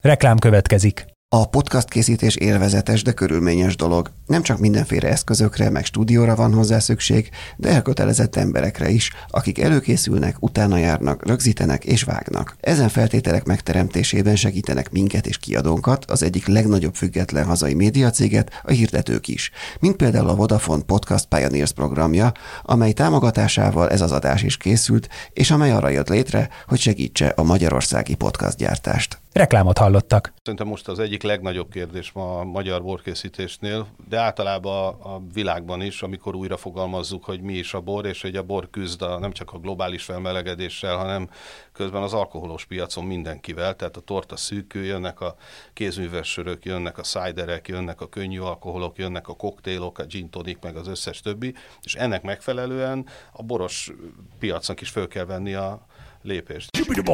Reklám következik. A podcast készítés élvezetes, de körülményes dolog. Nem csak mindenféle eszközökre, meg stúdióra van hozzá szükség, de elkötelezett emberekre is, akik előkészülnek, utána járnak, rögzítenek és vágnak. Ezen feltételek megteremtésében segítenek minket és kiadónkat, az egyik legnagyobb független hazai médiacéget, a hirdetők is. Mint például a Vodafone Podcast Pioneers programja, amely támogatásával ez az adás is készült, és amely arra jött létre, hogy segítse a magyarországi podcastgyártást. Reklámot hallottak. Szerintem most az egyik legnagyobb kérdés ma a magyar borkészítésnél, de általában a világban is, amikor újra fogalmazzuk, hogy mi is a bor, és hogy a bor küzd nem csak a globális felmelegedéssel, hanem közben az alkoholos piacon mindenkivel, tehát a torta szűkül, jönnek a kézműves sörök, jönnek a ciderek, jönnek a könnyű alkoholok, jönnek a koktélok, a gin tonic, meg az összes többi, és ennek megfelelően a boros piacnak is föl kell venni a lépést.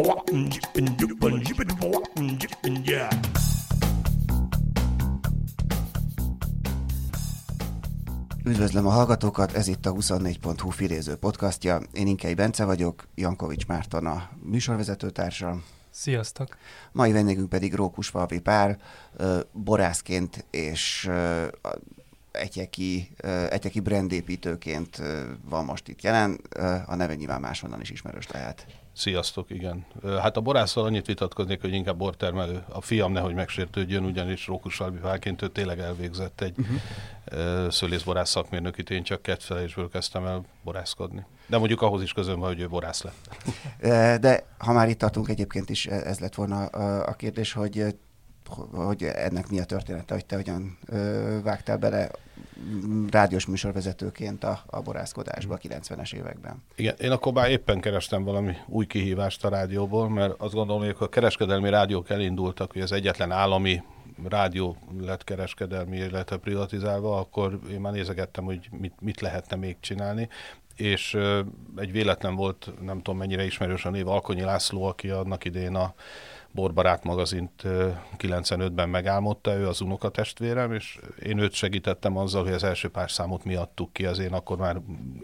Üdvözlöm a hallgatókat, ez itt a 24.hu filéző podcastja. Én Inkei Bence vagyok, Jankovics Márton a műsorvezetőtársam. Sziasztok! Mai vendégünk pedig Rókusfalvi Pál, borászként és egyeki brandépítőként van most itt jelen. A neve nyilván máshonnan is ismerős lehet. Sziasztok, igen. Hát a borásszal annyit vitatkoznék, hogy inkább bortermelő. A fiam nehogy megsértődjön, ugyanis Rókusfalvi Pálként ő tényleg elvégzett egy szőlészborász szakmérnökit, én csak kedvfelésből kezdtem el borászkodni. De mondjuk ahhoz is közön van, hogy ő borász lett. De ha már itt tartunk, egyébként is ez lett volna a kérdés, hogy ennek mi a története, hogy te hogyan vágtál bele rádiós műsorvezetőként a borászkodásba a 90-es években. Igen, én akkor már éppen kerestem valami új kihívást a rádióból, mert azt gondolom, hogy a kereskedelmi rádiók elindultak, hogy az egyetlen állami rádió lett kereskedelmi, illetve privatizálva, akkor én már nézegettem, hogy mit lehetne még csinálni, és egy véletlen volt, nem tudom mennyire ismerős a név, Alkonyi László, aki annak idején a Borbarát magazint 95-ben megálmodta, ő az unokatestvérem, és én őt segítettem azzal, hogy az első pár számot mi adtuk ki, az én akkor már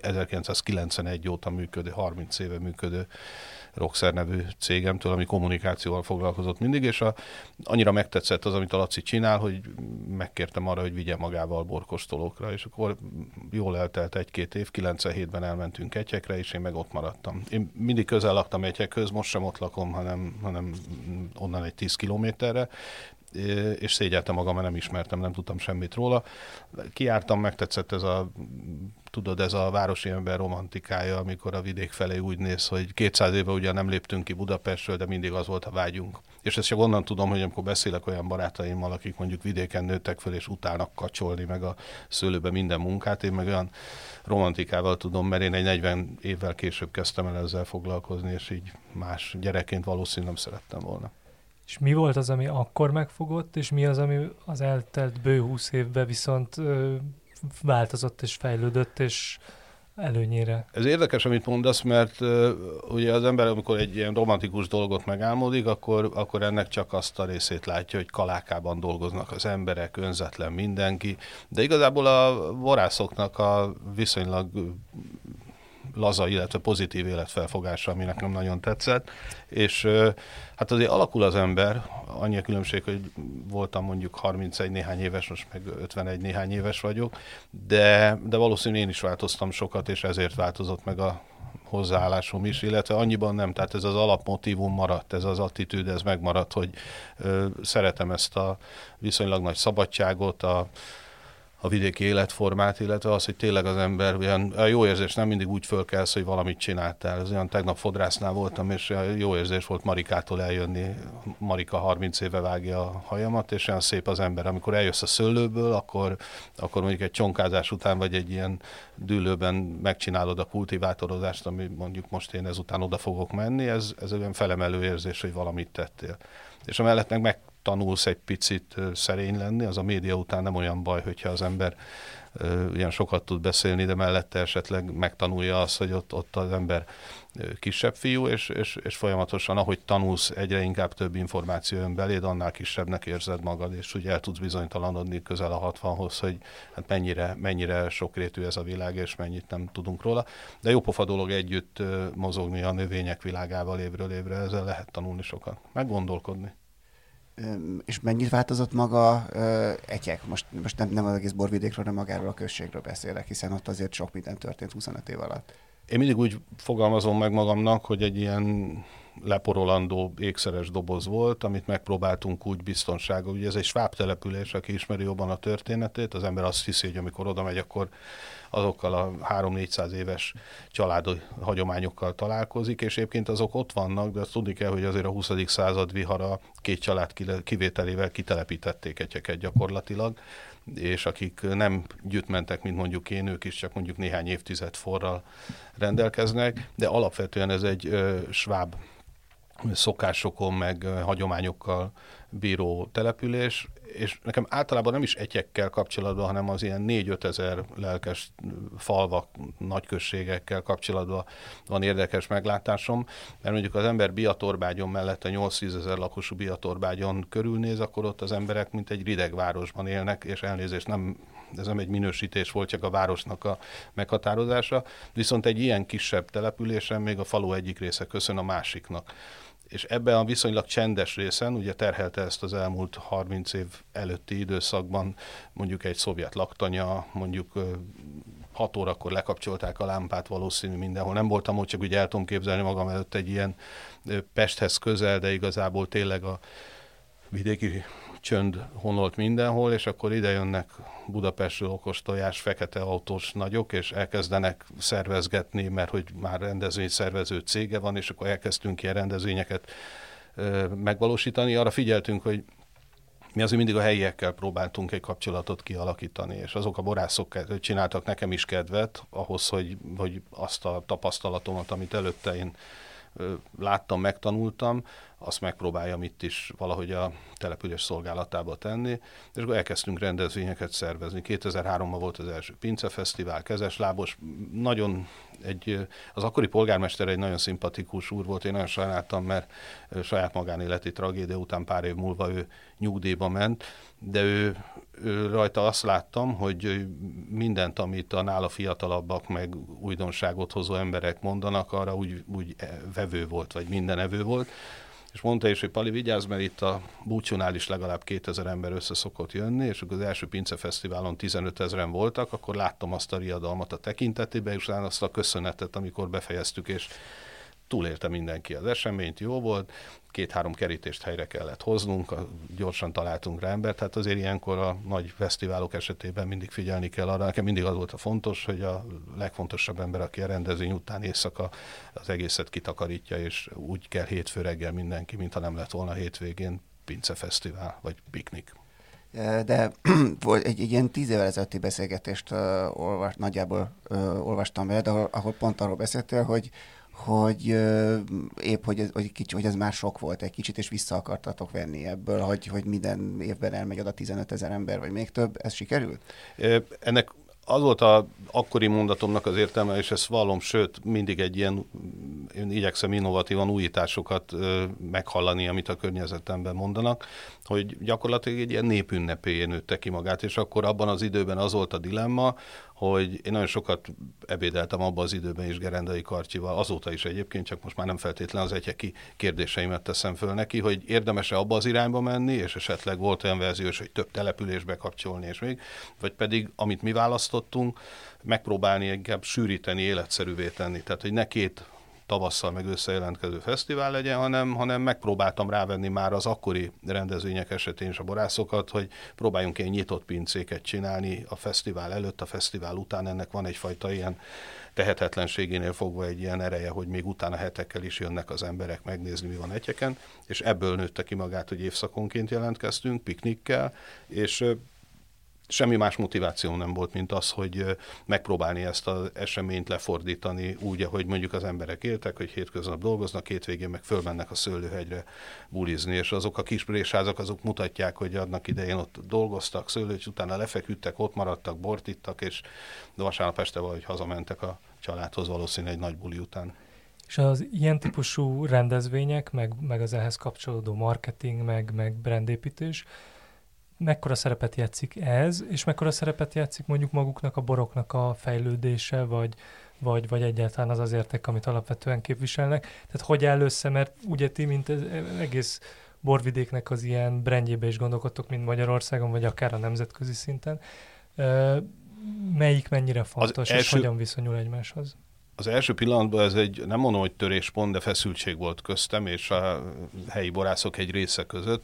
1991 óta működő, 30 éve működő Rockszer nevű cégemtől, ami kommunikációval foglalkozott mindig, és annyira megtetszett az, amit a Laci csinál, hogy megkértem arra, hogy vigye magával borkóstolókra, és akkor jól eltelt 1-2 év, 97-ben elmentünk Etyekre, és én meg ott maradtam. Én mindig közel laktam Etyekhöz, most sem ott lakom, hanem onnan egy 10 kilométerre, és szégyeltem magam, mert nem ismertem, nem tudtam semmit róla. Kijártam, megtetszett ez a városi ember romantikája, amikor a vidék felé úgy néz, hogy 200 éve ugyan nem léptünk ki Budapestről, de mindig az volt a vágyunk. És ezt csak onnan tudom, hogy amikor beszélek olyan barátaimmal, akik mondjuk vidéken nőttek föl, és utálnak kacsolni, meg a szőlőbe minden munkát, én meg olyan romantikával tudom, mert én egy 40 évvel később kezdtem el ezzel foglalkozni, és így más gyerekként valószínűleg nem szerettem volna. És mi volt az, ami akkor megfogott, és mi az, ami az eltelt bő 20 évben viszont változott és fejlődött, és előnyére? Ez érdekes, amit mondasz, mert ugye az ember, amikor egy ilyen romantikus dolgot megálmodik, akkor ennek csak azt a részét látja, hogy kalákában dolgoznak az emberek, önzetlen mindenki, de igazából a borászoknak a viszonylag laza, illetve pozitív életfelfogása, ami nekem nagyon tetszett, és hát azért alakul az ember, annyi a különbség, hogy voltam mondjuk 31 néhány éves, most meg 51 néhány éves vagyok, de valószínűleg én is változtam sokat, és ezért változott meg a hozzáállásom is, illetve annyiban nem, tehát ez az alapmotívum maradt, ez az attitűd, ez megmaradt, hogy szeretem ezt a viszonylag nagy szabadságot, a vidéki életformát, illetve az, hogy tényleg az ember olyan jó érzés, nem mindig úgy fölkelsz, hogy valamit csináltál. Ez olyan tegnap fodrásznál voltam, és jó érzés volt Marikától eljönni. Marika 30 éve vágja a hajamat, és olyan szép az ember. Amikor eljössz a szőlőből, akkor mondjuk egy csonkázás után, vagy egy ilyen dűlőben megcsinálod a kultivátorozást, ami mondjuk most én ezután oda fogok menni, ez olyan felemelő érzés, hogy valamit tettél. És amellett meg tanulsz egy picit szerény lenni, az a média után nem olyan baj, hogyha az ember ugyan sokat tud beszélni, de mellette esetleg megtanulja azt, hogy ott az ember kisebb fiú, és folyamatosan, ahogy tanulsz, egyre inkább több információ jön beléd, annál kisebbnek érzed magad, és ugye el tudsz bizonytalanodni közel a 60-hoz, hogy hát mennyire sokrétű ez a világ, és mennyit nem tudunk róla. De jó pofa dolog együtt mozogni a növények világával évről évre, ezzel lehet tanulni sokat, meg gondolkodni. És mennyit változott maga Etyek? Most nem az egész borvidékről, hanem magáról a községről beszélek, hiszen ott azért sok minden történt 25 év alatt. Én mindig úgy fogalmazom meg magamnak, hogy egy ilyen leporolandó ékszeres doboz volt, amit megpróbáltunk úgy biztonsággal. Ugye ez egy sváb település, aki ismeri jobban a történetét, az ember azt hiszi, hogy amikor oda megy, akkor azokkal a 300-400 éves családi hagyományokkal találkozik, és egyébként azok ott vannak, de azt tudni kell, hogy azért a 20. század vihara 2 család kivételével kitelepítették Etyeket gyakorlatilag, és akik nem gyüttmentek, mint mondjuk én, ők is csak mondjuk néhány évtized forral rendelkeznek, de alapvetően ez egy sváb szokásokon, meg hagyományokkal bíró település, és nekem általában nem is Etyekkel kapcsolatban, hanem az ilyen 4-5 ezer lelkes falvak, nagyközségekkel kapcsolatban van érdekes meglátásom, mert mondjuk az ember Biatorbágyon mellett a 8-10 ezer lakosú Biatorbágyon körülnéz, akkor ott az emberek mint egy rideg városban élnek, és elnézést, ez nem egy minősítés volt, csak a városnak a meghatározása, viszont egy ilyen kisebb településen még a falu egyik része köszön a másiknak. És ebben a viszonylag csendes részen, ugye terhelte ezt az elmúlt 30 év előtti időszakban, mondjuk egy szovjet laktanya, mondjuk 6 órakor lekapcsolták a lámpát valószínű mindenhol. Nem voltam ott, csak úgy el tudom képzelni magam előtt egy ilyen Pesthez közel, de igazából tényleg a vidéki csönd honolt mindenhol, és akkor ide jönnek Budapestről okostojás, fekete autós nagyok, és elkezdenek szervezgetni, mert hogy már rendezvényszervező cége van, és akkor elkezdtünk ilyen rendezvényeket megvalósítani. Arra figyeltünk, hogy mi azért mindig a helyiekkel próbáltunk egy kapcsolatot kialakítani, és azok a borászok csináltak nekem is kedvet ahhoz, hogy azt a tapasztalatomat, amit előtte én láttam, megtanultam, azt megpróbáljam itt is valahogy a település szolgálatába tenni, és akkor elkezdtünk rendezvényeket szervezni. 2003-ban volt az első Pincefesztivál, Kezeslábos, az akkori polgármester egy nagyon szimpatikus úr volt, én nagyon sajnáltam, mert saját magánéleti tragédia után pár év múlva ő nyugdíjba ment, de ő rajta azt láttam, hogy mindent, amit a nála fiatalabbak, meg újdonságot hozó emberek mondanak, arra úgy vevő volt, vagy minden evő volt. És mondta is, hogy Pali, vigyázz, mert itt a búcsúnál is legalább 2000 ember össze szokott jönni, és akkor az első Pincefesztiválon 15 000 voltak, akkor láttam azt a riadalmat a tekintetében, és utána azt a köszönetet, amikor befejeztük, és túlélte mindenki az eseményt, jó volt, 2-3 kerítést helyre kellett hoznunk, gyorsan találtunk rá embert, tehát azért ilyenkor a nagy fesztiválok esetében mindig figyelni kell arra. Nekem mindig az volt a fontos, hogy a legfontosabb ember, aki a rendezvény után éjszaka az egészet kitakarítja, és úgy kell hétfő reggel mindenki, mintha nem lett volna hétvégén Pincefesztivál vagy piknik. De volt egy ilyen 10 évvel ezelőtti beszélgetést nagyjából olvastam veled, ahol pont arról beszéltél, hogy épp, hogy ez már sok volt egy kicsit, és vissza akartatok venni ebből, hogy minden évben elmegy oda 15 000 ember, vagy még több. Ez sikerült? Ennek az volt az akkori mondatomnak az értelme, és ezt vallom, sőt, mindig egy ilyen, én igyekszem innovatívan újításokat meghallani, amit a környezetemben mondanak, hogy gyakorlatilag egy ilyen népünnepéjé nőtte ki magát, és akkor abban az időben az volt a dilemma, hogy én nagyon sokat ebédeltem abban az időben is Gerendai Karcsival, azóta is egyébként, csak most már nem feltétlenül az egyeki kérdéseimet teszem föl neki, hogy érdemes-e abba az irányba menni, és esetleg volt olyan verziós, hogy több településbe kapcsolni, és még, vagy pedig, amit mi választottunk, megpróbálni inkább sűríteni, életszerűvé tenni. Tehát, hogy ne 2 tavasszal meg összejelentkező fesztivál legyen, hanem megpróbáltam rávenni már az akkori rendezvények esetén is a borászokat, hogy próbáljunk egy nyitott pincéket csinálni a fesztivál előtt, a fesztivál után. Ennek van egyfajta ilyen tehetetlenségénél fogva egy ilyen ereje, hogy még utána hetekkel is jönnek az emberek megnézni, mi van Etyeken, és ebből nőtte ki magát, hogy évszakonként jelentkeztünk, piknikkel, és semmi más motiváció nem volt, mint az, hogy megpróbálni ezt az eseményt lefordítani úgy, ahogy mondjuk az emberek éltek, hogy hétköznap dolgoznak, hétvégén meg fölmennek a Szőlőhegyre bulizni, és azok a kis présházak, azok mutatják, hogy annak idején ott dolgoztak, Szőlőcs utána lefeküdtek, ott maradtak, bort ittak, és vasárnap este valahogy hazamentek a családhoz valószínűleg egy nagy buli után. És az ilyen típusú rendezvények, meg az ehhez kapcsolódó marketing, meg brandépítés, mekkora szerepet játszik ez, és mekkora szerepet játszik mondjuk maguknak a boroknak a fejlődése, vagy egyáltalán az érték, amit alapvetően képviselnek. Tehát hogy áll össze, mert ugye ti, mint egész borvidéknek az ilyen brandjébe is gondolkodtok, mint Magyarországon, vagy akár a nemzetközi szinten. Melyik mennyire fontos, és hogyan viszonyul egymáshoz? Az első pillanatban ez nem mondom, hogy töréspont, de feszültség volt köztem és a helyi borászok egy része között,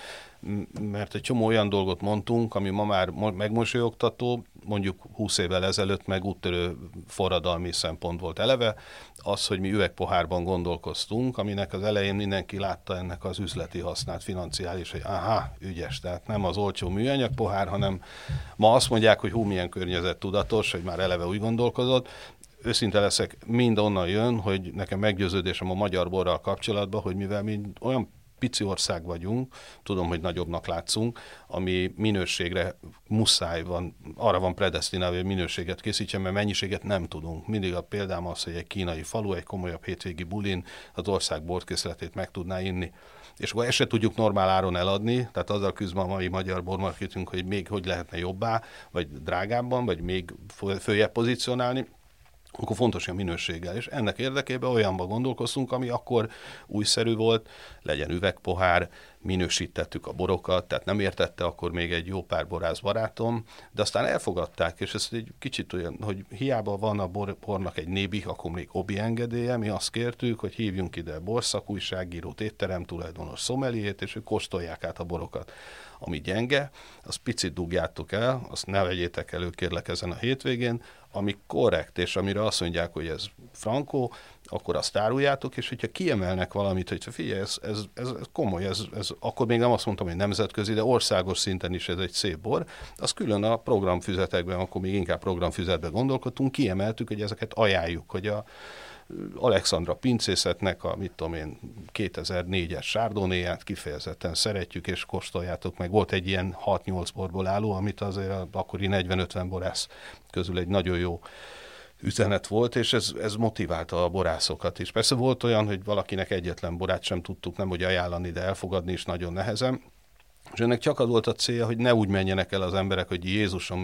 mert egy csomó olyan dolgot mondtunk, ami ma már megmosolyogtató, mondjuk 20 évvel ezelőtt meg úttörő forradalmi szempont volt eleve, az, hogy mi üvegpohárban gondolkoztunk, aminek az elején mindenki látta ennek az üzleti hasznát, financiális, hogy ügyes, tehát nem az olcsó műanyag pohár, hanem ma azt mondják, hogy milyen környezettudatos, hogy már eleve úgy gondolkozott. Őszinte leszek, mind onnan jön, hogy nekem meggyőződésem a magyar borral kapcsolatban, hogy mivel mi olyan pici ország vagyunk, tudom, hogy nagyobbnak látszunk, ami minőségre muszáj van, arra van predesztinálva, hogy minőséget készítsen, mert mennyiséget nem tudunk. Mindig a példám az, hogy egy kínai falu, egy komolyabb hétvégi bulin az ország borkészletét meg tudná inni. És akkor ezt se tudjuk normál áron eladni, tehát azzal küzd a mai magyar bormarketünk, hogy még hogy lehetne jobbá, vagy drágábban, vagy még följebb pozícionálni, akkor fontos a minőséggel, és ennek érdekében olyanba gondolkoztunk, ami akkor újszerű volt, legyen üvegpohár, minősítettük a borokat, tehát nem értette akkor még egy jó pár borász barátom, de aztán elfogadták, és ez egy kicsit olyan, hogy hiába van a bornak egy nébi, akkor még obi engedélye, mi azt kértük, hogy hívjunk ide borszakújságírót, étterem tulajdonos, szomeliét, és ők kóstolják át a borokat. Ami gyenge, azt picit dugjátok el, azt ne vegyétek elő, kérlek, ezen a hétvégén, ami korrekt, és amire azt mondják, hogy ez frankó, akkor azt áruljátok, és hogyha kiemelnek valamit, hogy figyelj, ez komoly, ez, akkor még nem azt mondtam, hogy nemzetközi, de országos szinten is ez egy szép bor, az külön a programfüzetekben, akkor még inkább programfüzetben gondolkodtunk, kiemeltük, hogy ezeket ajánljuk, hogy a Alexandra pincészetnek a, 2004-es sárdónéját kifejezetten szeretjük, és kóstoljátok meg. Volt egy ilyen 6-8 borból álló, amit azért az akkori 40-50 borász közül egy nagyon jó üzenet volt, és ez motiválta a borászokat is. Persze volt olyan, hogy valakinek egyetlen borát sem tudtuk nem hogy ajánlani, de elfogadni is nagyon nehezen. És ennek csak az volt a célja, hogy ne úgy menjenek el az emberek, hogy Jézusom,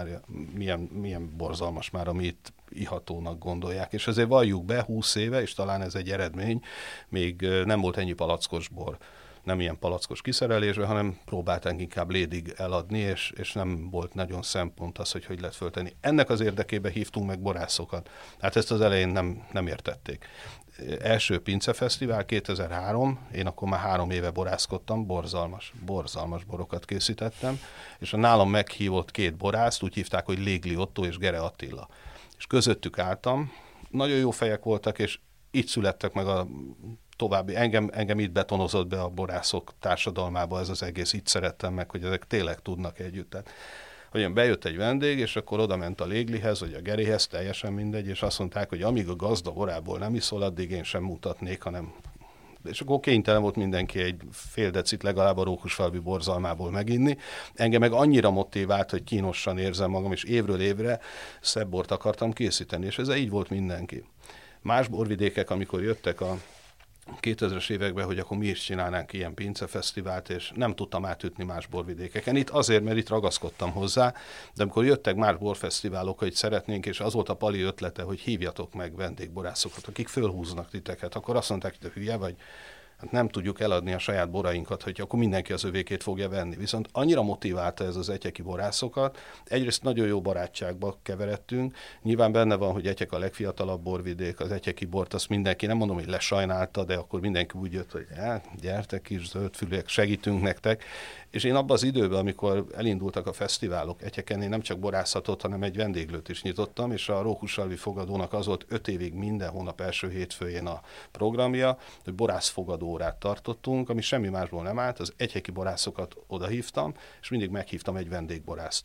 milyen borzalmas már, ami itt ihatónak gondolják. És azért valljuk be 20 éve, és talán ez egy eredmény, még nem volt ennyi palackos bor. Nem ilyen palackos kiszerelésben, hanem próbálták inkább lédig eladni, és nem volt nagyon szempont az, hogy lehet föltenni. Ennek az érdekében hívtunk meg borászokat. Hát ezt az elején nem értették. Első pincefesztivál 2003, én akkor már 3 éve borászkodtam, borzalmas borokat készítettem, és a nálam meghívott 2 borászt úgy hívták, hogy Légli Otto és Gere Attila. És közöttük álltam, nagyon jó fejek voltak, és itt születtek meg a további, engem itt betonozott be a borászok társadalmába ez az egész, itt szerettem meg, hogy ezek tényleg tudnak együtt. Tehát, hogy bejött egy vendég, és akkor oda ment a Léglihez, vagy a Geréhez, teljesen mindegy, és azt mondták, hogy amíg a gazda borából nem iszol, addig én sem mutatnék, hanem... És akkor kénytelen volt mindenki egy fél decit legalább a Rókusfalvi borzalmából meginni. Engem meg annyira motivált, hogy kínosan érzem magam, és évről évre szebb bort akartam készíteni, és ez így volt mindenki. Más borvidékek, amikor jöttek a 2000-es években, hogy akkor mi is csinálnánk ilyen pincefesztivált, és nem tudtam átütni más borvidékeken. Itt azért, mert itt ragaszkodtam hozzá, de amikor jöttek más borfesztiválok, hogy szeretnénk, és az volt a Pali ötlete, hogy hívjatok meg vendégborászokat, akik fölhúznak titeket, akkor azt mondták, hogy te hülye vagy, hát nem tudjuk eladni a saját borainkat, hogy akkor mindenki az övékét fogja venni. Viszont annyira motiválta ez az etyeki borászokat, egyrészt nagyon jó barátságba keveredtünk, nyilván benne van, hogy Etyek a legfiatalabb borvidék, az etyeki bort azt mindenki, nem mondom, hogy lesajnálta, de akkor mindenki úgy jött, hogy gyertek is, zöldfülűek, segítünk nektek. És én abban az időben, amikor elindultak a fesztiválok Etyeken, én nem csak borászatot, hanem egy vendéglőt is nyitottam, és a Rókussalvi fogadónak az volt 5 évig minden hónap első hétfőjén a programja, hogy borászfogadóórát tartottunk, ami semmi másból nem állt, az etyeki borászokat odahívtam, és mindig meghívtam egy vendégborászt.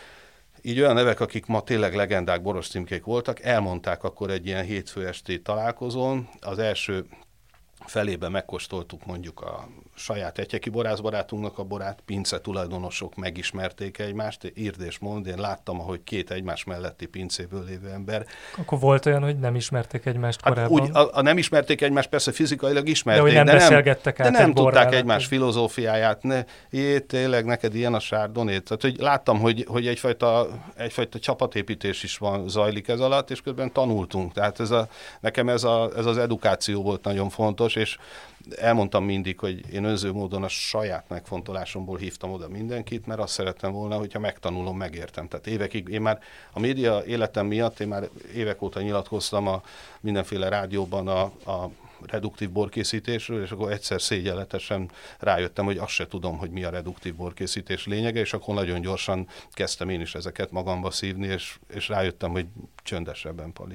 Így olyan nevek, akik ma tényleg legendák, boros címkék voltak, elmondták akkor egy ilyen hétfő esti találkozón, az első felében megkóstoltuk mondjuk a saját etyeki borászbarátunknak a borát, pince tulajdonosok megismerték egymást, írd és mondd, én láttam, ahogy 2 egymás melletti pincéből lévő ember. Akkor volt olyan, hogy nem ismerték egymást korábban? Úgy, nem ismerték egymást, persze fizikailag ismerték, de nem beszélgettek át, de nem tudták egymás filozófiáját, tényleg neked ilyen a sárdonét. Tehát, hogy láttam, hogy egyfajta csapatépítés is zajlik ez alatt, és közben tanultunk. Tehát nekem ez az edukáció volt nagyon fontos, fontos, és elmondtam mindig, hogy én önző módon a saját megfontolásomból hívtam oda mindenkit, mert azt szerettem volna, hogyha megtanulom, megértem. Tehát évekig, én már a média életem miatt, én már évek óta nyilatkoztam a mindenféle rádióban a reduktív borkészítésről, és akkor egyszer szégyenletesen rájöttem, hogy azt se tudom, hogy mi a reduktív borkészítés lényege, és akkor nagyon gyorsan kezdtem én is ezeket magamba szívni, és rájöttem, hogy csöndesebben, Pali.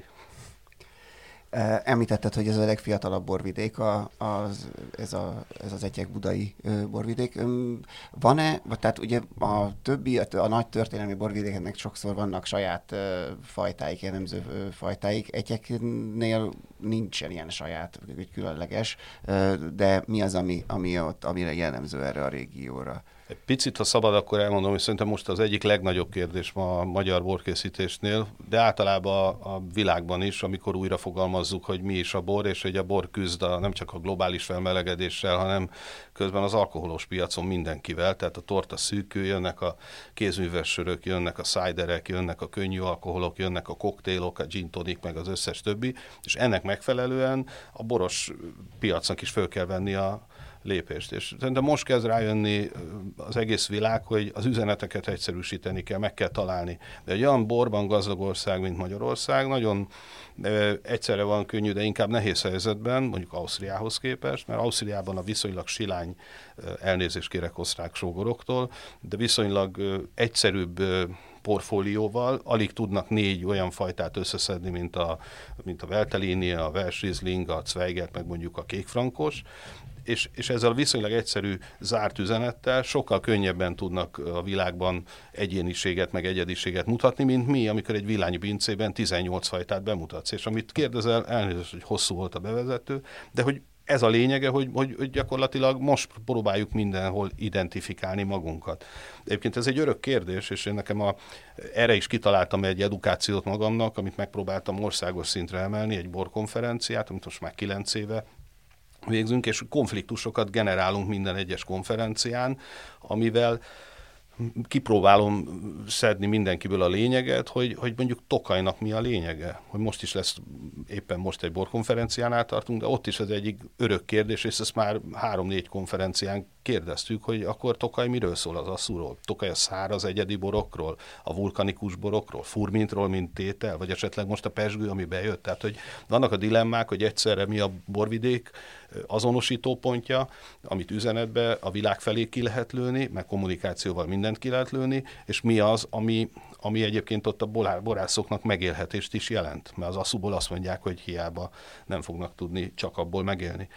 Említetted, hogy ez a legfiatalabb borvidék, ez az Etyek budai borvidék. Van-e, tehát ugye a nagy történelmi borvidékeknek sokszor vannak saját fajtáik, jellemző fajtáik, Etyeknél nincsen ilyen saját, vagy különleges, de mi az, amire jellemző erre a régióra? Egy picit, ha szabad, akkor elmondom, hogy szerintem most az egyik legnagyobb kérdés ma a magyar borkészítésnél, de általában a világban is, amikor újra fogalmazzuk, hogy mi is a bor, és hogy a bor küzd nem csak a globális felmelegedéssel, hanem közben az alkoholos piacon mindenkivel, tehát a torta szűkül, jönnek a kézműves sörök, jönnek a ciderek, jönnek a könnyű alkoholok, jönnek a koktélok, a gin tonic, meg az összes többi, és ennek megfelelően a boros piacnak is föl kell venni a lépést. És szerintem most kezd rájönni az egész világ, hogy az üzeneteket egyszerűsíteni kell, meg kell találni. De egy olyan borban gazdag ország, mint Magyarország, nagyon egyszerre van könnyű, de inkább nehéz helyzetben, mondjuk Ausztriához képest, mert Ausztriában a viszonylag silány, elnézést kérek osztrák sógoroktól, de viszonylag egyszerűbb portfólióval, alig tudnak 4 olyan fajtát összeszedni, mint a Veltlini, a Velschriesling, a Zweigert, meg mondjuk a kékfrankos, és ezzel a viszonylag egyszerű zárt üzenettel sokkal könnyebben tudnak a világban egyéniséget, meg egyediséget mutatni, mint mi, amikor egy Villányi Bincében 18 fajtát bemutatsz. És amit kérdezel, elnézést, hogy hosszú volt a bevezető, de hogy ez a lényege, hogy gyakorlatilag most próbáljuk mindenhol identifikálni magunkat. Egyébként ez egy örök kérdés, és én nekem erre is kitaláltam egy edukációt magamnak, amit megpróbáltam országos szintre emelni, egy borkonferenciát, amit most már 9 éve végzünk, és konfliktusokat generálunk minden egyes konferencián, amivel kipróbálom szedni mindenkiből a lényeget, hogy mondjuk Tokajnak mi a lényege. Hogy most is lesz, éppen most egy borkonferenciánál tartunk, de ott is az egyik örök kérdés, és ezt már 3-4 konferencián kérdeztük, hogy akkor Tokaj miről szól, az asszúról? Tokaj a száraz egyedi borokról, a vulkanikus borokról, furmintról, mint tétel, vagy esetleg most a pezsgő, ami bejött. Tehát, hogy vannak a dilemmák, hogy egyszerre mi a borvidék azonosítópontja, amit üzenetbe a világ felé ki lehet lőni, meg kommunikációval mindent ki lehet lőni, és mi az, ami egyébként ott a borászoknak megélhetést is jelent. Mert az asszúból azt mondják, hogy hiába nem fognak tudni csak abból megélni.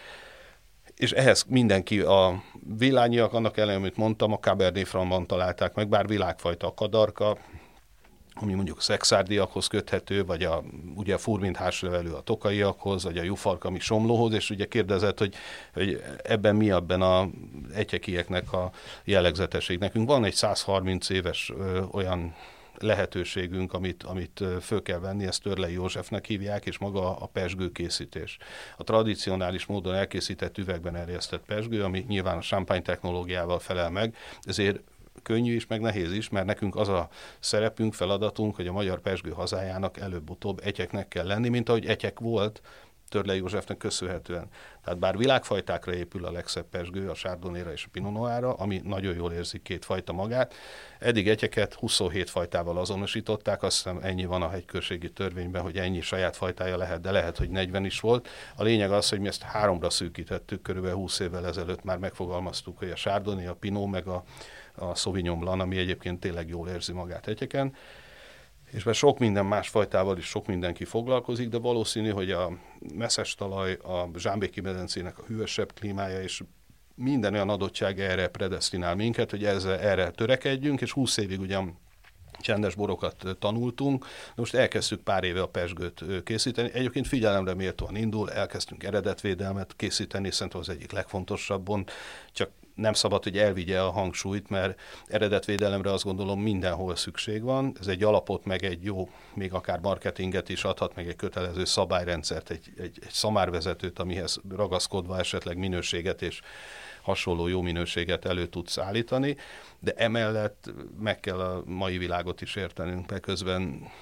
És ehhez mindenki, a villányiak, annak ellenére, amit mondtam, a Cabernet Francban találták meg, bár világfajta a kadarka, ami mondjuk a szexárdiakhoz köthető, vagy ugye a furmint hárslevelű a tokaiakhoz, vagy a jufark, ami somlóhoz, és ugye kérdezett, hogy ebben mi ebben a etyekieknek a jellegzetesség. Nekünk van egy 130 éves olyan lehetőségünk, amit föl kell venni, ezt Törlei Józsefnek hívják, és maga a pezsgőkészítés. A tradicionális módon elkészített üvegben erjesztett pezsgő, ami nyilván a champagne technológiával felel meg, ezért könnyű is, meg nehéz is, mert nekünk az a szerepünk, feladatunk, hogy a magyar pezsgő hazájának előbb-utóbb etyeknek kell lenni, mint ahogy etyek volt Törlei Józsefnek köszönhetően. Tehát bár világfajtákra épül a legszebb pezsgő, a Chardonnayra és a Pinot Noirra, ami nagyon jól érzik 2 fajta magát, eddig etyeket 27 fajtával azonosították, azt hiszem ennyi van a hegyközségi törvényben, hogy ennyi saját fajtája lehet, de lehet, hogy 40 is volt. A lényeg az, hogy mi ezt 3-ra szűkítettük, körülbelül 20 évvel ezelőtt már megfogalmaztuk, hogy a Chardonnay, a Pinot, meg a Sauvignon Blanc, ami egyébként tényleg jól érzi magát etyeken. És mert sok minden más fajtával is sok mindenki foglalkozik, de valószínű, hogy a messzes talaj, a Zsámbéki medencének a hűvösebb klímája és minden olyan adottság erre predesztinál minket, hogy erre törekedjünk, és 20 évig ugyan csendes borokat tanultunk, most elkezdtük pár éve a pezsgőt készíteni. Egyébként figyelemre méltóan indul, elkezdtünk eredetvédelmet készíteni, szerintem az egyik legfontosabbon, csak nem szabad, hogy elvigye a hangsúlyt, mert eredetvédelemre azt gondolom mindenhol szükség van. Ez egy alapot, meg egy jó, még akár marketinget is adhat, meg egy kötelező szabályrendszert, egy szamárvezetőt, amihez ragaszkodva esetleg minőséget és hasonló jó minőséget elő tudsz állítani, de emellett meg kell a mai világot is értenünk, mert közben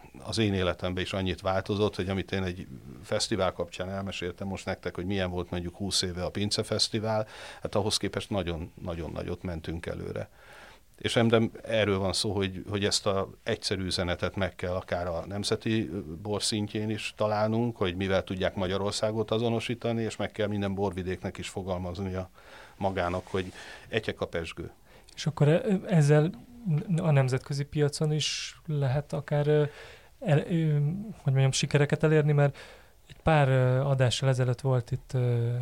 az én életemben is annyit változott, hogy amit én egy fesztivál kapcsán elmeséltem most nektek, hogy milyen volt mondjuk 20 éve a Pince Fesztivál, hát ahhoz képest nagyon nagyot mentünk előre. És nem erről van szó, hogy ezt az egyszerű üzenetet meg kell akár a nemzeti bor szintjén is találnunk, hogy mivel tudják Magyarországot azonosítani, és meg kell minden borvidéknek is fogalmaznia magának, hogy etyek a pezsgő. És akkor ezzel a nemzetközi piacon is lehet akár sikereket elérni, mert egy pár adással ezelőtt volt itt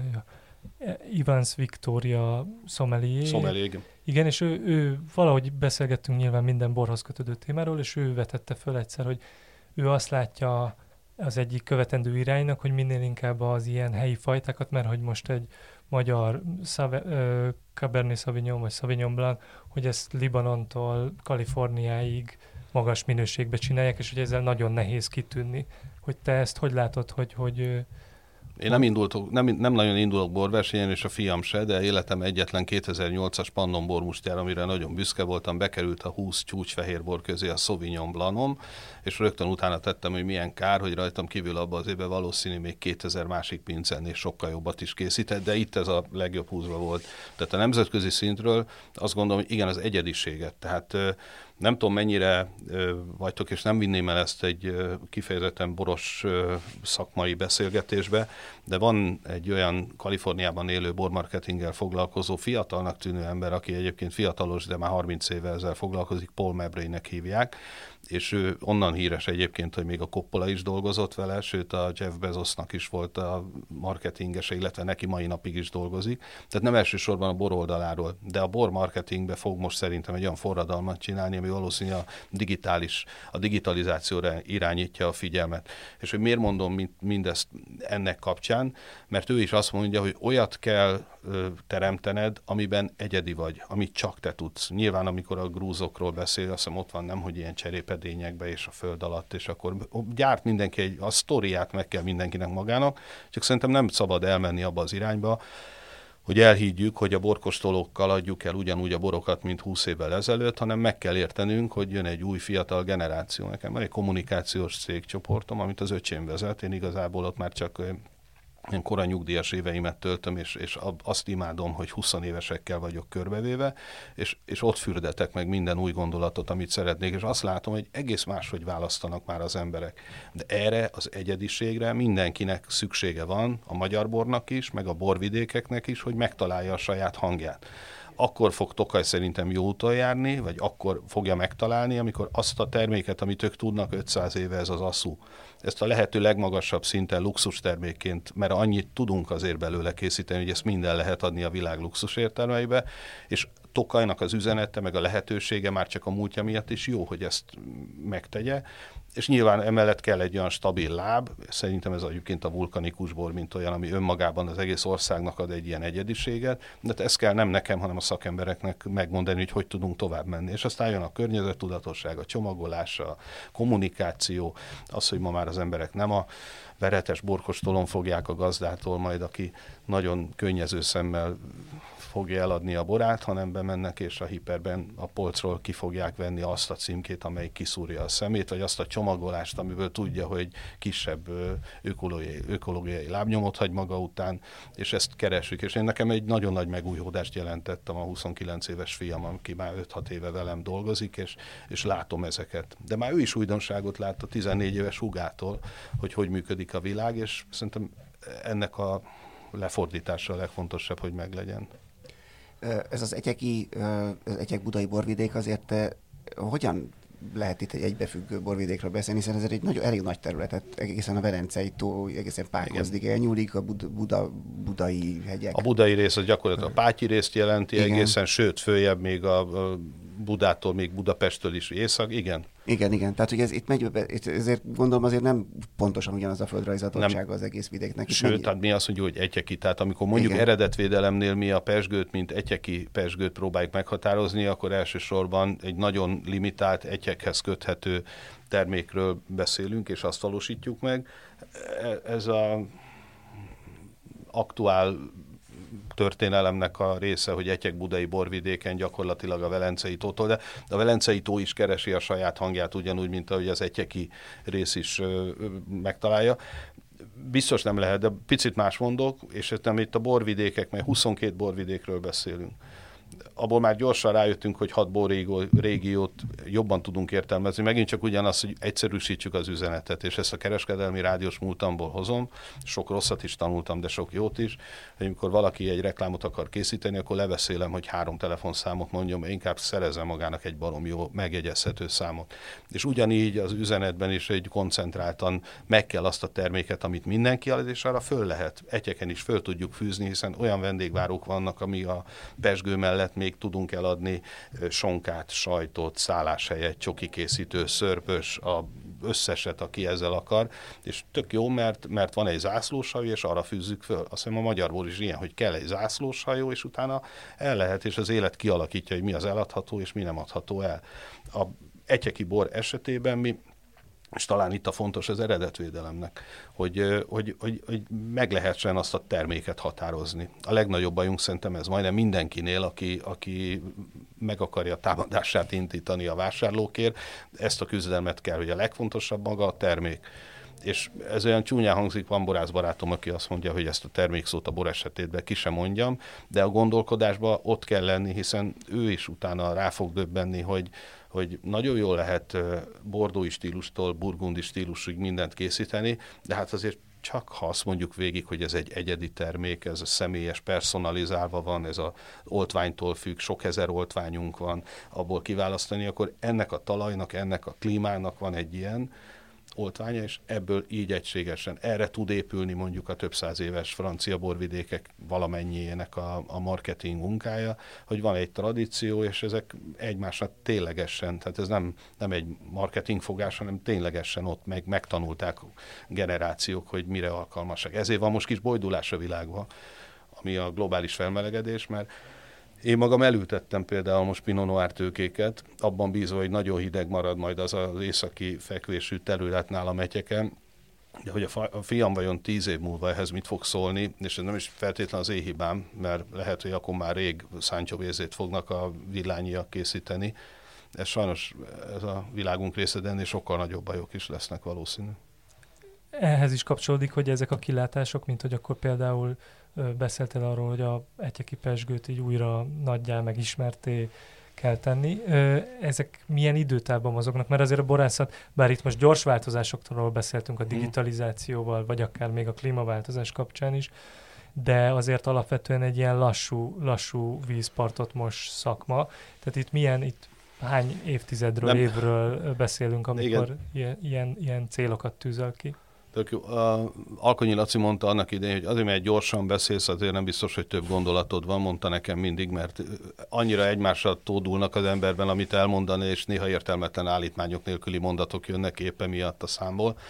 Ivans Victoria sommelier. Igen, és ő valahogy beszélgettünk nyilván minden borhoz kötődő témáról, és ő vetette föl egyszer, hogy ő azt látja az egyik követendő iránynak, hogy minél inkább az ilyen helyi fajtákat, mert hogy most egy magyar Cabernet Sauvignon vagy Sauvignon Blanc, hogy ezt Libanontól Kaliforniáig magas minőségbe csinálják, és hogy ezzel nagyon nehéz kitűnni. Hogy te ezt hogy látod, hogy Én nem nagyon indulok borversenyen, és a fiam se, de életem egyetlen 2008-as Pannon bormustjára, amire nagyon büszke voltam, bekerült a 20 csúcsfehérbor közé a Sauvignon Blancom, és rögtön utána tettem, hogy milyen kár, hogy rajtam kívül abban az évben valószínű még 2000 másik pincennél sokkal jobbat is készített, de itt ez a legjobb 20-ba volt. Tehát a nemzetközi szintről azt gondolom, hogy igen, az egyediséget. Tehát nem tudom, mennyire vagytok, és nem vinném el ezt egy kifejezetten boros szakmai beszélgetésbe, de van egy olyan Kaliforniában élő bormarketinggel foglalkozó fiatalnak tűnő ember, aki egyébként fiatalos, de már 30 éve ezzel foglalkozik, Paul Mabray-nek hívják, és ő onnan híres egyébként, hogy még a Coppola is dolgozott vele, sőt a Jeff Bezosnak is volt a marketingese, illetve neki mai napig is dolgozik. Tehát nem elsősorban a bor oldaláról, de a bor marketingbe fog most szerintem egy olyan forradalmat csinálni, ami valószínűleg a digitalizációra irányítja a figyelmet. És hogy miért mondom mindezt ennek kapcsán, mert ő is azt mondja, hogy olyat kell teremtened, amiben egyedi vagy, amit csak te tudsz. Nyilván, amikor a grúzokról beszél, azt hiszem ott van nem, hogy ilyen cserépedényekbe és a föld alatt, és akkor gyárt mindenki a sztoriát meg kell mindenkinek magának, csak szerintem nem szabad elmenni abba az irányba, hogy elhiggyük, hogy a borkóstolókkal adjuk el ugyanúgy a borokat, mint 20 évvel ezelőtt, hanem meg kell értenünk, hogy jön egy új fiatal generáció. Nekem van egy kommunikációs cégcsoportom, amit az öcsém vezet, én igazából ott már csak én korai nyugdíjas éveimet töltöm, és azt imádom, hogy 20 évesekkel vagyok körbevéve, és ott fürdetek meg minden új gondolatot, amit szeretnék, és azt látom, hogy egész máshogy választanak már az emberek. De erre az egyediségre mindenkinek szüksége van, a magyar bornak is, meg a borvidékeknek is, hogy megtalálja a saját hangját. Akkor fog Tokaj szerintem jó úton járni, vagy akkor fogja megtalálni, amikor azt a terméket, amit ők tudnak 500 éve, ez az asszú, ezt a lehető legmagasabb szinten luxus termékként, mert annyit tudunk azért belőle készíteni, hogy ezt minden lehet adni a világ luxus értelmeibe, és Tokajnak az üzenete, meg a lehetősége már csak a múltja miatt is jó, hogy ezt megtegye, és nyilván emellett kell egy olyan stabil láb, szerintem ez egyébként a vulkanikus bor, mint olyan, ami önmagában az egész országnak ad egy ilyen egyediséget, de ezt kell nem nekem, hanem a szakembereknek megmondani, hogy tudunk tovább menni. És aztán jön a környezettudatosság, a csomagolás, a kommunikáció, az, hogy ma már az emberek nem a veretes borkostolón fogják a gazdától majd, aki nagyon könnyező szemmel fogja eladni a borát, hanem bemennek, és a hiperben a polcról ki fogják venni azt a címkét, amely kiszúrja a szemét, vagy azt a csomagolást, amiből tudja, hogy kisebb ökológiai lábnyomot hagy maga után, és ezt keresünk. És én nekem egy nagyon nagy megújulódást jelentettem a 29 éves fiam, aki már 5-6 éve velem dolgozik, és látom ezeket. De már ő is újdonságot lát a 14 éves húgától, hogy működik a világ, és szerintem ennek a lefordítása a legfontosabb, hogy meglegyen. Ez az Etyek budai borvidék azért hogyan lehet itt egy egybefüggő borvidékről beszélni, hiszen ez egy elég nagy területet, egészen a Verencei tó, egészen Pákozdig elnyúlik, a budai hegyek. A budai rész az gyakorlatilag a Pátyi részt jelenti, igen. Egészen, sőt, följebb még a Budától, még Budapesttől is észak, igen. Igen. Tehát, hogy ez itt megy, ezért gondolom azért nem pontosan ugyanaz a földrajzi adottsága az egész vidéknek. Sőt, tehát mi azt mondjuk, hogy etyeki. Tehát amikor mondjuk igen. Eredetvédelemnél mi a pezsgőt, mint etyeki pezsgőt próbáljuk meghatározni, akkor elsősorban egy nagyon limitált etyekhez köthető termékről beszélünk, és azt valósítjuk meg. Ez a aktuál történelemnek a része, hogy Etyek-budai borvidéken gyakorlatilag a Velencei tótól, de a Velencei tó is keresi a saját hangját ugyanúgy, mint ahogy az etyeki rész is megtalálja. Biztos nem lehet, de picit más mondok, és itt a borvidékek, mert 22 borvidékről beszélünk. Abból már gyorsan rájöttünk, hogy 6 borrégiót jobban tudunk értelmezni. Megint csak ugyanaz, hogy egyszerűsítsük az üzenetet, és ezt a kereskedelmi rádiós múltamból hozom. Sok rosszat is tanultam, de sok jót is. Hogy amikor valaki egy reklámot akar készíteni, akkor lebeszélem, hogy 3 telefonszámot mondjon, mert inkább szerezze magának egy barom jó, megjegyezhető számot. És ugyanígy az üzenetben is egy koncentráltan meg kell azt a terméket, amit mindenki ad, és arra föl lehet. Etyeken is föl tudjuk fűzni, hiszen olyan vendégvárók vannak, ami a pezsgő mellett még tudunk eladni sonkát, sajtot, szálláshelyet, csokikészítő, szörpös, összeset, aki ezzel akar, és tök jó, mert van egy zászlóshajó, és arra fűzzük föl. Azt hiszem a magyarból is ilyen, hogy kell egy zászlóshajó, és utána el lehet, és az élet kialakítja, hogy mi az eladható, és mi nem adható el. A etyeki bor esetében és talán itt a fontos az eredetvédelemnek, hogy meg lehessen azt a terméket határozni. A legnagyobb bajunk szerintem ez majdnem mindenkinél, aki meg akarja támadását indítani a vásárlókért. Ezt a küzdelmet kell, hogy a legfontosabb maga a termék. És ez olyan csúnyán hangzik, van borászbarátom, aki azt mondja, hogy ezt a termékszót a bor esetében ki sem mondjam, de a gondolkodásban ott kell lenni, hiszen ő is utána rá fog döbbenni, hogy nagyon jól lehet bordói stílustól burgundi stílusig mindent készíteni, de hát azért csak ha azt mondjuk végig, hogy ez egy egyedi termék, ez a személyes, personalizálva van, ez az oltványtól függ, sok ezer oltványunk van, abból kiválasztani, akkor ennek a talajnak, ennek a klímának van egy ilyen oltványa, és ebből így egységesen erre tud épülni mondjuk a több száz éves francia borvidékek valamennyiének a marketing munkája, hogy van egy tradíció, és ezek egymásnak ténylegesen, tehát ez nem egy marketing fogás, hanem ténylegesen ott megtanulták generációk, hogy mire alkalmasak. Ezért van most kis bojdulás a világban, ami a globális felmelegedés, mert én magam elültettem például most Pinot Noir tőkéket, abban bízva, hogy nagyon hideg marad majd az északi fekvésű terület nálam Etyeken, de hogy a fiam vajon 10 év múlva ehhez mit fog szólni, és ez nem is feltétlen az én hibám, mert lehet, hogy akkor már rég Sangiovese-t fognak a villányiak készíteni. Ez sajnos ez a világunk része, de ennél sokkal nagyobb bajok is lesznek valószínű. Ehhez is kapcsolódik, hogy ezek a kilátások, mint hogy akkor például beszéltél arról, hogy a etyeki pezsgőt így újra nagyjá megismerté kell tenni. Ezek milyen időtávban mozognak? Mert azért a borászat, bár itt most gyors változásoktól beszéltünk a digitalizációval, vagy akár még a klímaváltozás kapcsán is, de azért alapvetően egy ilyen lassú vízpartot most szakma. Tehát itt hány évről beszélünk, amikor ilyen célokat tűzöl ki? Tök jó. Alkonyi Laci mondta annak idején, hogy azért, mert gyorsan beszélsz, azért nem biztos, hogy több gondolatod van, mondta nekem mindig, mert annyira egymással tódulnak az emberben, amit elmondani, és néha értelmetlen állítmányok nélküli mondatok jönnek éppen miatt a számból,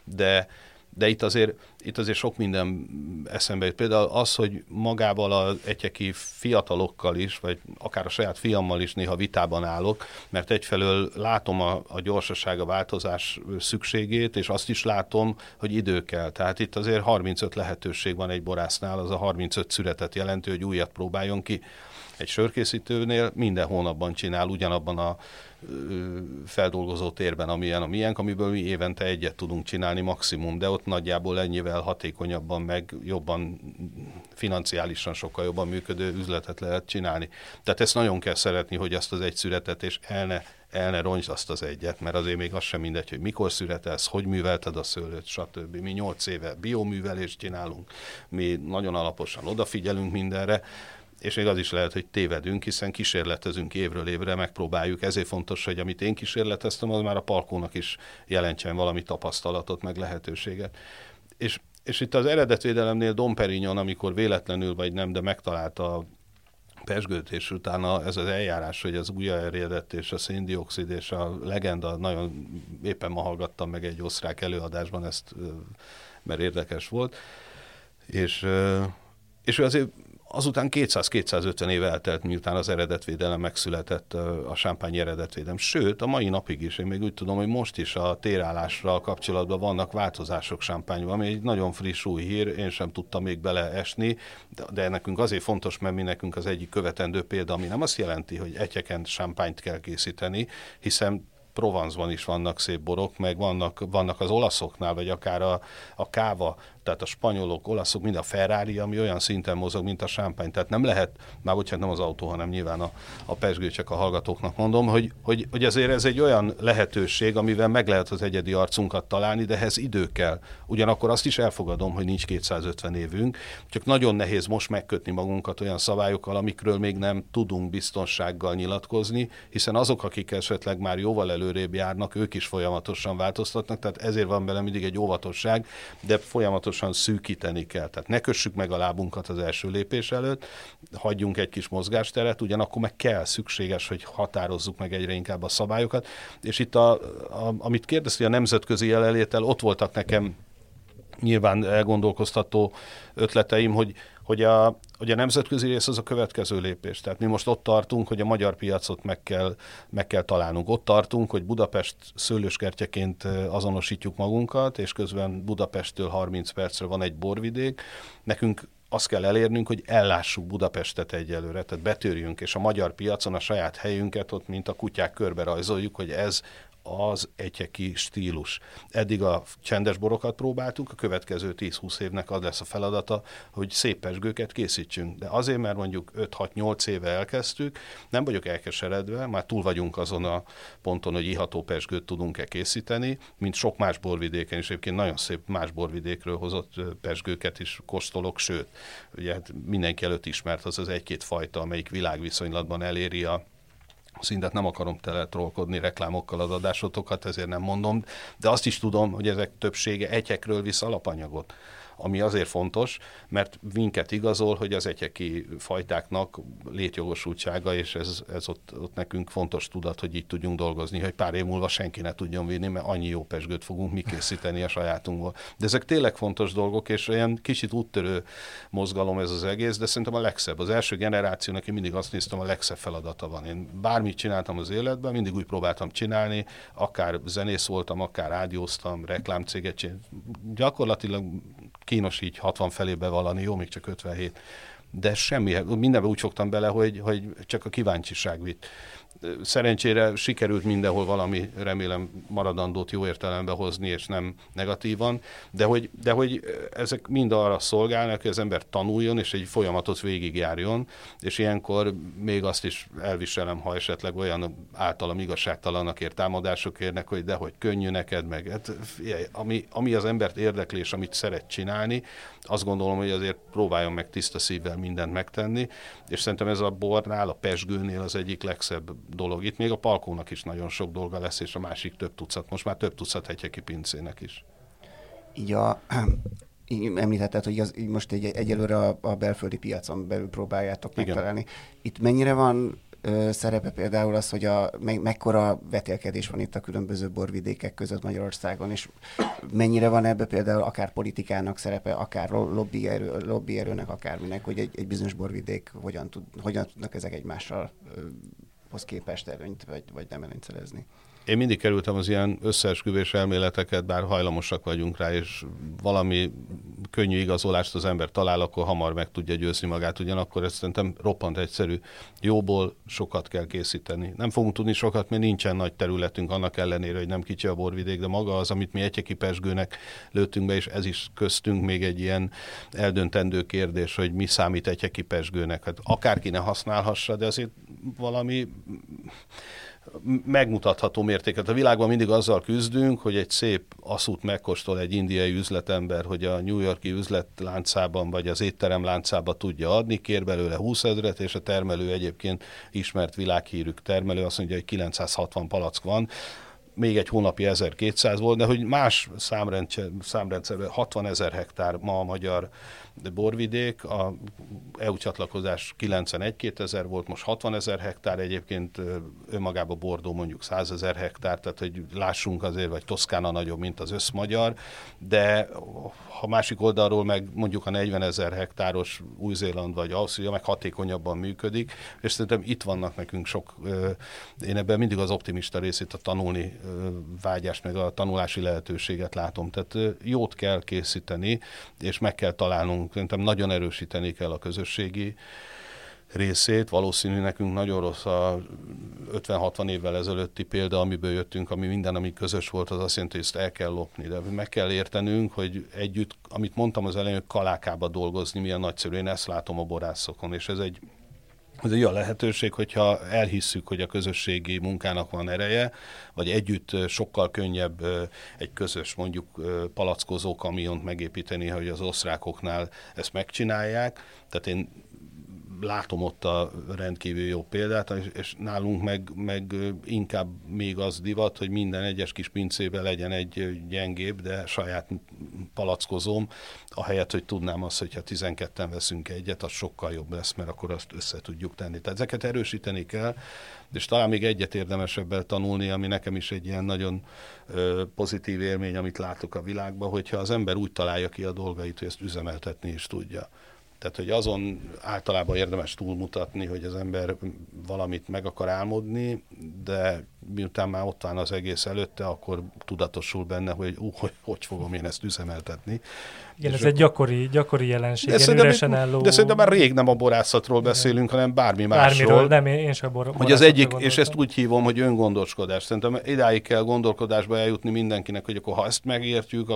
de itt azért sok minden eszembe jut. Például az, hogy magával az etyeki fiatalokkal is, vagy akár a saját fiammal is néha vitában állok, mert egyfelől látom a gyorsaság, a változás szükségét, és azt is látom, hogy idő kell. Tehát itt azért 35 lehetőség van egy borásznál, az a 35 szüretet jelenti, hogy újat próbáljon ki. Egy sörkészítőnél minden hónapban csinál ugyanabban a feldolgozó térben, amilyen a miénk, amiből mi évente egyet tudunk csinálni maximum, de ott nagyjából ennyivel hatékonyabban, meg jobban financiálisan sokkal jobban működő üzletet lehet csinálni. Tehát ezt nagyon kell szeretni, hogy azt az egy szüretet, és el ne roncsd azt az egyet, mert azért még az sem mindegy, hogy mikor szüretelsz, hogy művelted a szőlőt, stb. Mi 8 éve bioművelést csinálunk, mi nagyon alaposan odafigyelünk mindenre, és még az is lehet, hogy tévedünk, hiszen kísérletezünk évről évre, megpróbáljuk. Ezért fontos, hogy amit én kísérleteztem, az már a Palkónak is jelentsen valami tapasztalatot, meg lehetőséget. És itt az eredetvédelemnél Dom Perignon, amikor véletlenül vagy nem, de megtalálta a pezsgőt, és utána ez az eljárás, hogy az újraerjedett és a széndioxid és a legenda, nagyon éppen ma hallgattam meg egy osztrák előadásban ezt, mert érdekes volt, és ő azért azután 200-250 év eltelt, miután az eredetvédelem megszületett, a sámpányi eredetvédelem. Sőt, a mai napig is, én még úgy tudom, hogy most is a térállásra kapcsolatban vannak változások sámpányban, ami egy nagyon friss új hír, én sem tudtam még beleesni, de nekünk azért fontos, mert mi nekünk az egyik követendő példa, ami nem azt jelenti, hogy egyeken sámpányt kell készíteni, hiszen Provence-ban is vannak szép borok, meg vannak az olaszoknál, vagy akár a káva, tehát a spanyolok, olaszok, mind a Ferrari, ami olyan szinten mozog, mint a sámpány. Tehát nem lehet, már bocsánat, nem az autó, hanem nyilván a pezsgő, csak a hallgatóknak mondom, hogy azért ez egy olyan lehetőség, amivel meg lehet az egyedi arcunkat találni, de ehhez idő kell. Ugyanakkor azt is elfogadom, hogy nincs 250 évünk, csak nagyon nehéz most megkötni magunkat olyan szabályokkal, amikről még nem tudunk biztonsággal nyilatkozni, hiszen azok, akik esetleg már jóval előrébb járnak, ők is folyamatosan változtatnak, tehát ezért van bele mindig egy óvatosság, de folyamatosan szűkíteni kell. Tehát ne kössük meg a lábunkat az első lépés előtt, hagyjunk egy kis mozgásteret, ugyanakkor meg kell, szükséges, hogy határozzuk meg egyre inkább a szabályokat. És itt amit kérdezte, a nemzetközi jelenléttel, ott voltak nekem nyilván elgondolkoztató ötleteim, hogy a nemzetközi rész az a következő lépés. Tehát mi most ott tartunk, hogy a magyar piacot meg kell találnunk. Ott tartunk, hogy Budapest szőlőskertjeként azonosítjuk magunkat, és közben Budapesttől 30 percre van egy borvidék. Nekünk azt kell elérnünk, hogy ellássuk Budapestet egyelőre, tehát betörjünk, és a magyar piacon a saját helyünket ott, mint a kutyák körbe rajzoljuk, hogy ez az egyeki stílus. Eddig a csendes borokat próbáltuk, a következő 10-20 évnek az lesz a feladata, hogy szép pezsgőket készítsünk. De azért, mert mondjuk 5-6-8 éve elkezdtük, nem vagyok elkeseredve, már túl vagyunk azon a ponton, hogy iható pezsgőt tudunk-e készíteni, mint sok más borvidéken, és egyébként nagyon szép más borvidékről hozott pezsgőket is kóstolok, sőt, ugye hát mindenki előtt ismert az egy-két fajta, amelyik világviszonylatban eléri a szintet, nem akarom teletrolkodni reklámokkal az adásotokat, ezért nem mondom, de azt is tudom, hogy ezek többsége egyekről visz alapanyagot, ami azért fontos, mert minket igazol, hogy az egyeki fajtáknak létjogosultsága, és ez ott nekünk fontos tudat, hogy így tudjunk dolgozni, hogy pár év múlva senki ne tudjon vinni, mert annyi jó pezsgőt fogunk mi készíteni a sajátunkból. De ezek tényleg fontos dolgok, és olyan kicsit úttörő mozgalom ez az egész, de szerintem a legszebb. Az első generációnak én mindig azt néztem, a legszebb feladata van. Én bármit csináltam az életben, mindig úgy próbáltam csinálni, akár zenész voltam, akár rádióztam, reklámcéget csináltam. Gyakorlatilag kínos így 60 felé bevallani, jó, még csak 57. De semmi, mindenben úgy fogtam bele, hogy csak a kíváncsiság vitt. Szerencsére sikerült mindenhol valami, remélem, maradandót jó értelembe hozni, és nem negatívan, de hogy ezek mind arra szolgálnak, hogy az ember tanuljon, és egy folyamatot végigjárjon, és ilyenkor még azt is elviselem, ha esetleg olyan általam igazságtalannak ér támadások érnek, hogy dehogy könnyű neked, meg hát, ami az embert érdekli, és amit szeret csinálni, azt gondolom, hogy azért próbáljon meg tiszta szívvel mindent megtenni, és szerintem ez a bornál, a pezsgőnél az egyik legszebb dolog. Itt még a Palkónak is nagyon sok dolga lesz, és a másik több tucat, most már több tucat hegyeki pincének is. Így említetted, hogy most egyelőre a belföldi piacon belül próbáljátok megtalálni. Itt mennyire van szerepe például az, hogy mekkora vetélkedés van itt a különböző borvidékek között Magyarországon, és mennyire van ebbe például akár politikának szerepe, akár lobbyerőnek, akárminek, hogy egy bizonyos borvidék hogyan tudnak ezek egymással hoz képest előnyt, vagy nem előnyt szerezni. Én mindig kerültem az ilyen összeesküvés elméleteket, bár hajlamosak vagyunk rá, és valami könnyű igazolást az ember talál, akkor hamar meg tudja győzni magát. Ugyanakkor ez szerintem roppant egyszerű. Jóból sokat kell készíteni. Nem fogunk tudni sokat, mert nincsen nagy területünk, annak ellenére, hogy nem kicsi a borvidék, de maga az, amit mi egyeki pezsgőnek lőttünk be, és ez is köztünk még egy ilyen eldöntendő kérdés, hogy mi számít egyeki pezsgőnek. Hát akárki ne használhassa, de azért valami megmutatható mértéket. A világban mindig azzal küzdünk, hogy egy szép aszút megkóstol egy indiai üzletember, hogy a New York-i üzletláncában vagy az étterem láncában tudja adni, kér belőle 20 000, és a termelő egyébként ismert világhírű termelő azt mondja, hogy 960 palack van. még egy hónapi 1200 volt, de hogy más számrendszerben 60 000 hektár ma a magyar borvidék, a EU csatlakozás 91-2000 volt, most 60 000 hektár, egyébként önmagában Bordeaux mondjuk 100 000 hektár, tehát hogy lássunk azért, vagy Toszkána nagyobb, mint az összmagyar, de ha másik oldalról meg mondjuk a 40 000 hektáros Új-Zéland vagy Ausztria meg hatékonyabban működik, és szerintem itt vannak nekünk sok, én ebben mindig az optimista részét, a tanulni vágyást, meg a tanulási lehetőséget látom. Tehát jót kell készíteni, és meg kell találnunk, szerintem nagyon erősíteni kell a közösségi részét. Valószínű nekünk nagyon rossz a 50-60 évvel ezelőtti példa, amiből jöttünk, ami minden, ami közös volt, az azt jelenti, hogy ezt el kell lopni. De meg kell értenünk, hogy együtt, amit mondtam az elején, hogy kalákába dolgozni, milyen nagyszerű. Én ezt látom a borászokon, és ez egy olyan lehetőség, hogyha elhisszük, hogy a közösségi munkának van ereje, vagy együtt sokkal könnyebb egy közös, mondjuk palackozó kamiont megépíteni, hogy az osztrákoknál ezt megcsinálják. Tehát én látom ott a rendkívül jó példát, és nálunk meg inkább még az divat, hogy minden egyes kis pincében legyen egy gyengébb, de saját palackozóm, ahelyett, hogy tudnám azt, hogyha 12-en veszünk egyet, az sokkal jobb lesz, mert akkor azt össze tudjuk tenni. Tehát ezeket erősíteni kell, és talán még egyet érdemes ebből tanulni, ami nekem is egy ilyen nagyon pozitív élmény, amit látok a világban, hogyha az ember úgy találja ki a dolgait, hogy ezt üzemeltetni is tudja. Tehát, hogy azon általában érdemes túlmutatni, hogy az ember valamit meg akar álmodni, de miután már ott van az egész előtte, akkor tudatosul benne, hogy fogom én ezt üzemeltetni. Igen, ez egy gyakori jelenség. De szerintem már rég nem a borászatról beszélünk, hanem másról. Bármiről, nem, én sem borászatra hogy az egyik, és ezt úgy hívom, hogy öngondoskodás. Szerintem idáig kell gondolkodásba eljutni mindenkinek, hogy akkor ha ezt megértjük,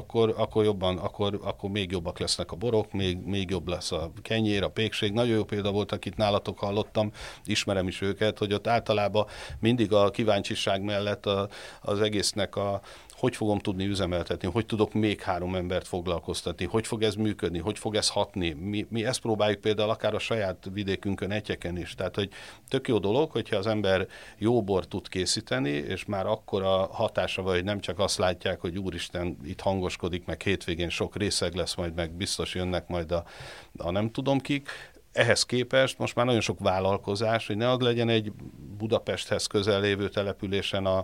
akkor még jobbak lesznek a borok, még jobb lesz a kenyér, a pékség. Nagyon jó példa volt, akit nálatok hallottam, ismerem is őket, hogy ott általában mindig a kíváncsiság mellett az egésznek hogy fogom tudni üzemeltetni, hogy tudok még 3 embert foglalkoztatni, hogy fog ez működni, hogy fog ez hatni. Mi ezt próbáljuk például akár a saját vidékünkön, Etyeken is. Tehát, hogy tök jó dolog, hogyha az ember jó bort tud készíteni, és már akkor a hatása vagy, hogy nem csak azt látják, hogy úristen, itt hangoskodik, meg hétvégén sok részeg lesz majd, meg biztos jönnek majd a nem tudom kik. Ehhez képest most már nagyon sok vállalkozás, hogy ne az legyen egy Budapesthez közel lévő településen a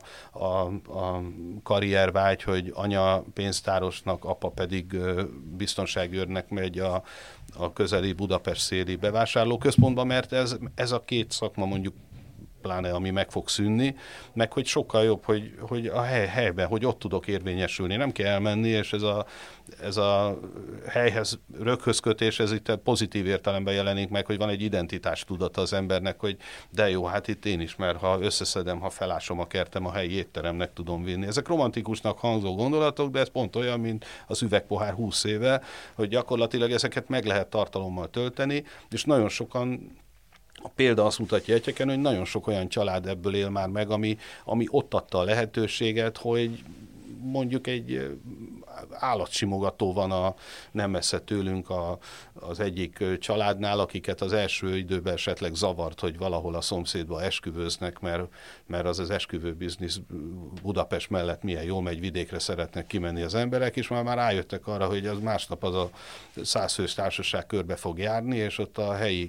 karriervágy, hogy anya pénztárosnak, apa pedig biztonságőrnek megy a közeli Budapest széli bevásárlóközpontba, mert ez a két szakma mondjuk pláne, ami meg fog szűnni, meg hogy sokkal jobb, hogy a helyben, hogy ott tudok érvényesülni. Nem kell elmenni, és ez a helyhez, röghöz kötés, ez itt pozitív értelemben jelenik meg, hogy van egy identitástudata az embernek, hogy de jó, hát itt én is, mert ha összeszedem, ha felásom a kertem, a helyi étteremnek tudom vinni. Ezek romantikusnak hangzó gondolatok, de ez pont olyan, mint az üvegpohár 20 éve, hogy gyakorlatilag ezeket meg lehet tartalommal tölteni, és nagyon sokan a példa azt mutatja Etyeken, hogy nagyon sok olyan család ebből él már meg, ami ott adta a lehetőséget, hogy mondjuk egy állatsimogató van nem messze tőlünk az egyik családnál, akiket az első időben esetleg zavart, hogy valahol a szomszédba esküvőznek, mert az esküvő biznisz Budapest mellett milyen jól megy, vidékre szeretnek kimenni az emberek, és már rájöttek arra, hogy az másnap az a 100 fős társaság körbe fog járni, és ott a helyi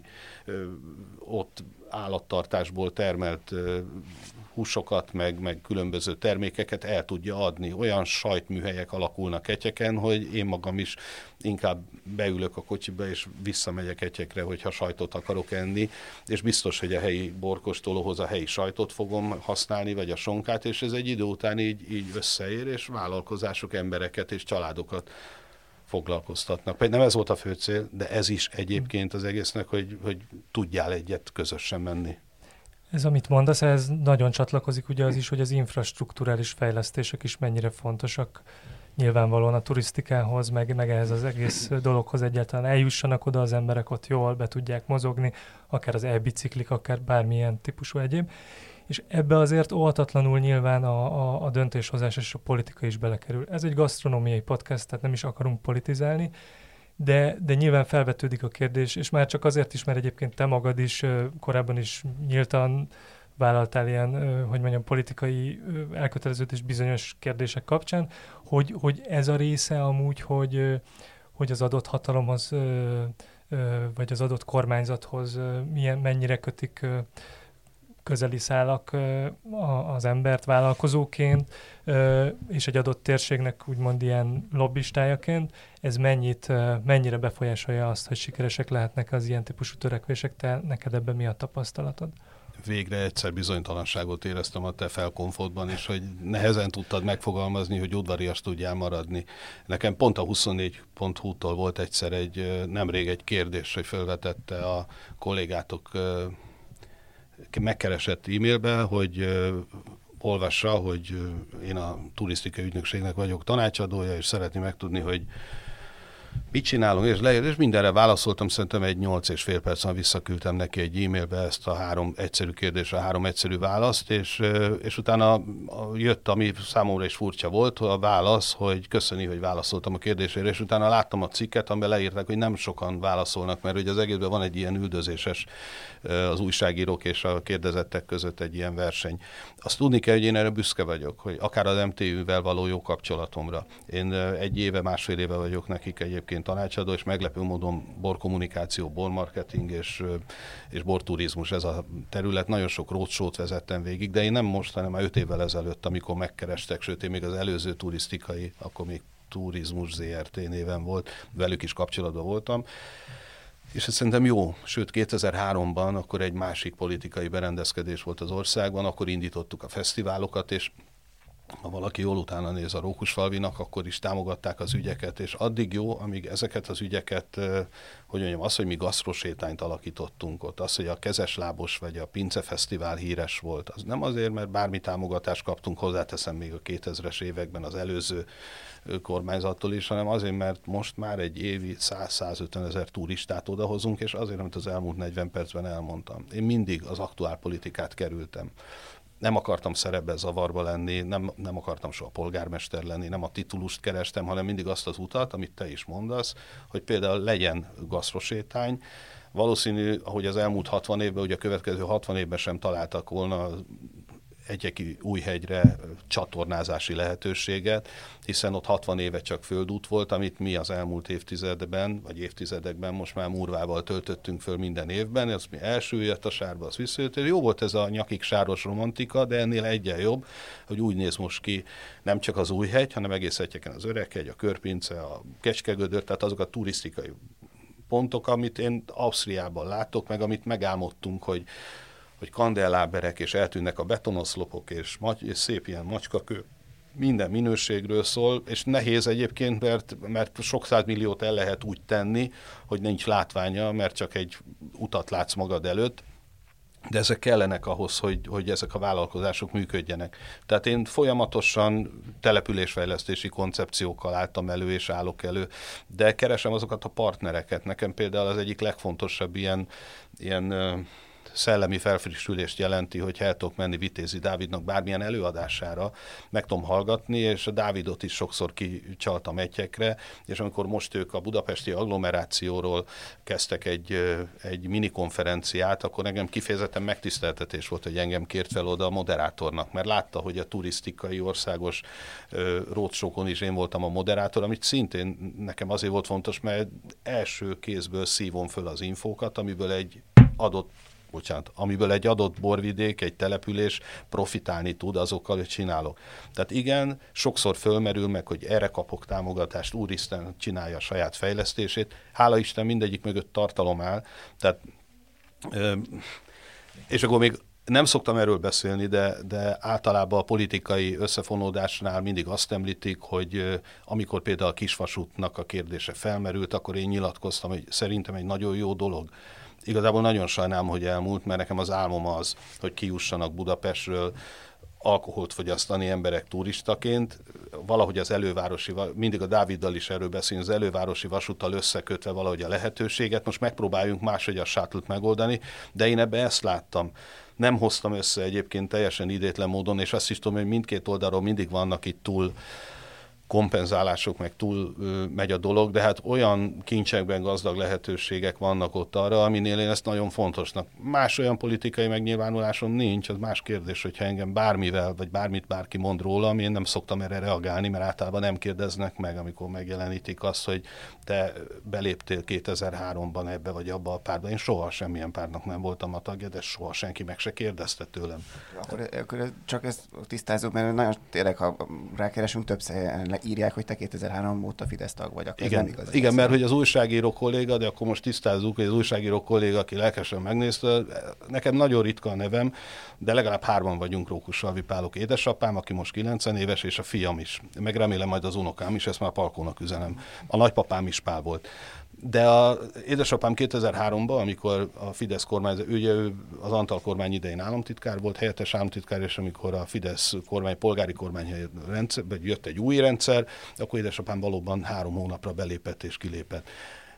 ott állattartásból termelt húsokat, meg különböző termékeket el tudja adni. Olyan sajtműhelyek alakulnak Etyeken, hogy én magam is inkább beülök a kocsiba, és visszamegyek Etyekre, hogyha sajtot akarok enni, és biztos, hogy a helyi borkóstolóhoz a helyi sajtot fogom használni, vagy a sonkát, és ez egy idő után így összeér, és vállalkozások, embereket és családokat foglalkoztatnak. Nem ez volt a fő cél, de ez is egyébként az egésznek, hogy tudjál egyet közösen menni. Ez, amit mondasz, ez nagyon csatlakozik ugye az is, hogy az infrastrukturális fejlesztések is mennyire fontosak nyilvánvalóan a turisztikához, meg ehhez az egész dologhoz egyáltalán eljussanak oda az emberek, ott jól be tudják mozogni, akár az e-biciklik, akár bármilyen típusú egyéb. És ebbe azért óhatatlanul nyilván a döntéshozás és a politika is belekerül. Ez egy gasztronómiai podcast, tehát nem is akarunk politizálni, de nyilván felvetődik a kérdés, és már csak azért is, mert egyébként te magad is korábban is nyíltan vállaltál ilyen, hogy mondjam, politikai elköteleződés bizonyos kérdések kapcsán, hogy ez a része amúgy, hogy az adott hatalomhoz, vagy az adott kormányzathoz mennyire kötik közeli szálak az embert vállalkozóként, és egy adott térségnek úgymond ilyen lobbistájaként, ez mennyire befolyásolja azt, hogy sikeresek lehetnek az ilyen típusú törekvések, te neked ebben mi a tapasztalatod? Végre egyszer bizonytalanságot éreztem a te felkomfortban is, hogy nehezen tudtad megfogalmazni, hogy udvarias tudjál maradni. Nekem pont a 24.hu-tól volt egyszer nemrég egy kérdés, hogy felvetette a kollégátok megkeresett e-mailbe, hogy olvassa, hogy én a turisztikai ügynökségnek vagyok tanácsadója, és szeretném megtudni, hogy mit csinálunk, és leír, és mindenre válaszoltam, szerintem egy 8,5 percen visszaküldtem neki egy e-mailbe ezt a 3 egyszerű kérdésre, 3 egyszerű választ, és utána jött, ami számomra is furcsa volt, a válasz, hogy köszöni, hogy válaszoltam a kérdésére, és utána láttam a cikket, amiben leírták, hogy nem sokan válaszolnak, mert ugye az egészben van egy ilyen üldözéses az újságírók és a kérdezettek között egy ilyen verseny. Azt tudni kell, hogy én erre büszke vagyok, hogy akár az MTÜ-vel való jó kapcsolatomra. Én 1 éve, másfél éve vagyok nekik egyébként tanácsadó, és meglepő módon borkommunikáció, bormarketing és borturizmus ez a terület. Nagyon sok roadshow-t vezettem végig, de én nem most, hanem már 5 évvel ezelőtt, amikor megkerestek, sőt én még az előző turisztikai, akkor még Turizmus ZRT néven volt, velük is kapcsolatban voltam. És ez szerintem jó, sőt 2003-ban akkor egy másik politikai berendezkedés volt az országban, akkor indítottuk a fesztiválokat, és ha valaki jól utána néz a Rókusfalvinak, akkor is támogatták az ügyeket, és addig jó, amíg ezeket az ügyeket, hogy mondjam, az, hogy mi gasztrosétányt alakítottunk ott, az, hogy a Kezeslábos vagy a Pincefesztivál híres volt, az nem azért, mert bármi támogatást kaptunk, hozzáteszem még a 2000-es években az előző kormányzattól is, hanem azért, mert most már egy évi 100-150 ezer turistát odahozunk, és azért, amit az elmúlt 40 percben elmondtam. Én mindig az aktuálpolitikát kerültem. Nem akartam szerepbe zavarba lenni, nem akartam soha polgármester lenni, nem a titulust kerestem, hanem mindig azt az utat, amit te is mondasz, hogy például legyen gasztrosétány. Valószínű, hogy az elmúlt 60 évben, ugye a következő 60 évben sem találtak volna Egyeki Újhegyre csatornázási lehetőséget, hiszen ott 60 éve csak földút volt, amit mi az elmúlt évtizedekben most már Murvával töltöttünk föl minden évben, az mi elsüllyedt a sárba, az visszajött. Jó volt ez a nyakig sáros romantika, de ennél egyen jobb, hogy úgy néz most ki nem csak az Újhegy, hanem egész egyeken az Öreghegy, a Körpince, a Kecskegödör, tehát azok a turisztikai pontok, amit én Ausztriában látok, meg amit megálmodtunk, hogy kandelláberek, és eltűnnek a betonoszlopok, és szép ilyen macskakő, minden minőségről szól, és nehéz egyébként, mert sok százmilliót el lehet úgy tenni, hogy nincs látványa, mert csak egy utat látsz magad előtt, de ezek kellenek ahhoz, hogy ezek a vállalkozások működjenek. Tehát én folyamatosan településfejlesztési koncepciókkal álltam elő, és állok elő, de keresem azokat a partnereket. Nekem például az egyik legfontosabb ilyen szellemi felfrissülést jelenti, hogy el tudok menni Vitézi Dávidnak bármilyen előadására, meg tudom hallgatni, és a Dávidot is sokszor kicsaltam egyekre, és amikor most ők a budapesti agglomerációról kezdtek egy minikonferenciát, akkor engem kifejezetten megtiszteltetés volt, hogy engem kért fel oda a moderátornak, mert látta, hogy a turisztikai országos roadshow-kon is én voltam a moderátor, amit szintén nekem azért volt fontos, mert első kézből szívom föl az infókat, amiből egy adott borvidék, egy település profitálni tud azokkal, hogy csinálok. Tehát igen, sokszor fölmerül meg, hogy erre kapok támogatást, úristen csinálja a saját fejlesztését. Hála Isten mindegyik mögött tartalom áll. Tehát, és akkor még nem szoktam erről beszélni, de általában a politikai összefonódásnál mindig azt említik, hogy amikor például a kisvasútnak a kérdése felmerült, akkor én nyilatkoztam, hogy szerintem egy nagyon jó dolog. Igazából nagyon sajnálom, hogy elmúlt, mert nekem az álmom az, hogy kijussanak Budapestről alkoholt fogyasztani emberek turistaként. Valahogy az elővárosi, mindig a Dáviddal is erről beszélünk, az elővárosi vasúttal összekötve valahogy a lehetőséget. Most megpróbáljunk máshogy a shuttle-t megoldani, de én ebben ezt láttam. Nem hoztam össze egyébként teljesen idétlen módon, és azt is tudom, hogy mindkét oldalról mindig vannak itt túl kompenzálások, meg túl megy a dolog, de hát olyan kincsekben gazdag lehetőségek vannak ott arra, aminél én ezt nagyon fontosnak. Más olyan politikai megnyilvánulásom nincs, az más kérdés, hogyha engem bármivel, vagy bármit bárki mond rólam, én nem szoktam erre reagálni, mert általában nem kérdeznek meg, amikor megjelenítik azt, hogy te beléptél 2003-ban ebbe vagy abba a pártba. Én soha semmilyen pártnak nem voltam a tagja, de soha senki meg se kérdezte tőlem. Akkor csak ezt tisztázzuk, mert nagyon tényleg, ha rákeresünk, többször írják, hogy te 2003 óta Fidesz tag vagy. Igen, mert hogy az újságíró kolléga, de akkor most tisztázzuk, hogy az újságíró kolléga, aki lelkesen megnézte, nekem nagyon ritka a nevem, de legalább 3 vagyunk, Rókus-Salvi Pálok édesapám, aki most 90 éves, és a fiam is. Meg remélem majd az unokám is, ezt már Palkónak üzenem. A nagypapám is Pál volt. De az édesapám 2003-ban, amikor a Fidesz kormány, ő az Antal kormány idején államtitkár volt, helyettes államtitkár, és amikor a Fidesz kormány, polgári kormány rendszer, vagy jött egy új rendszer, akkor édesapám valóban 3 hónapra belépett és kilépett.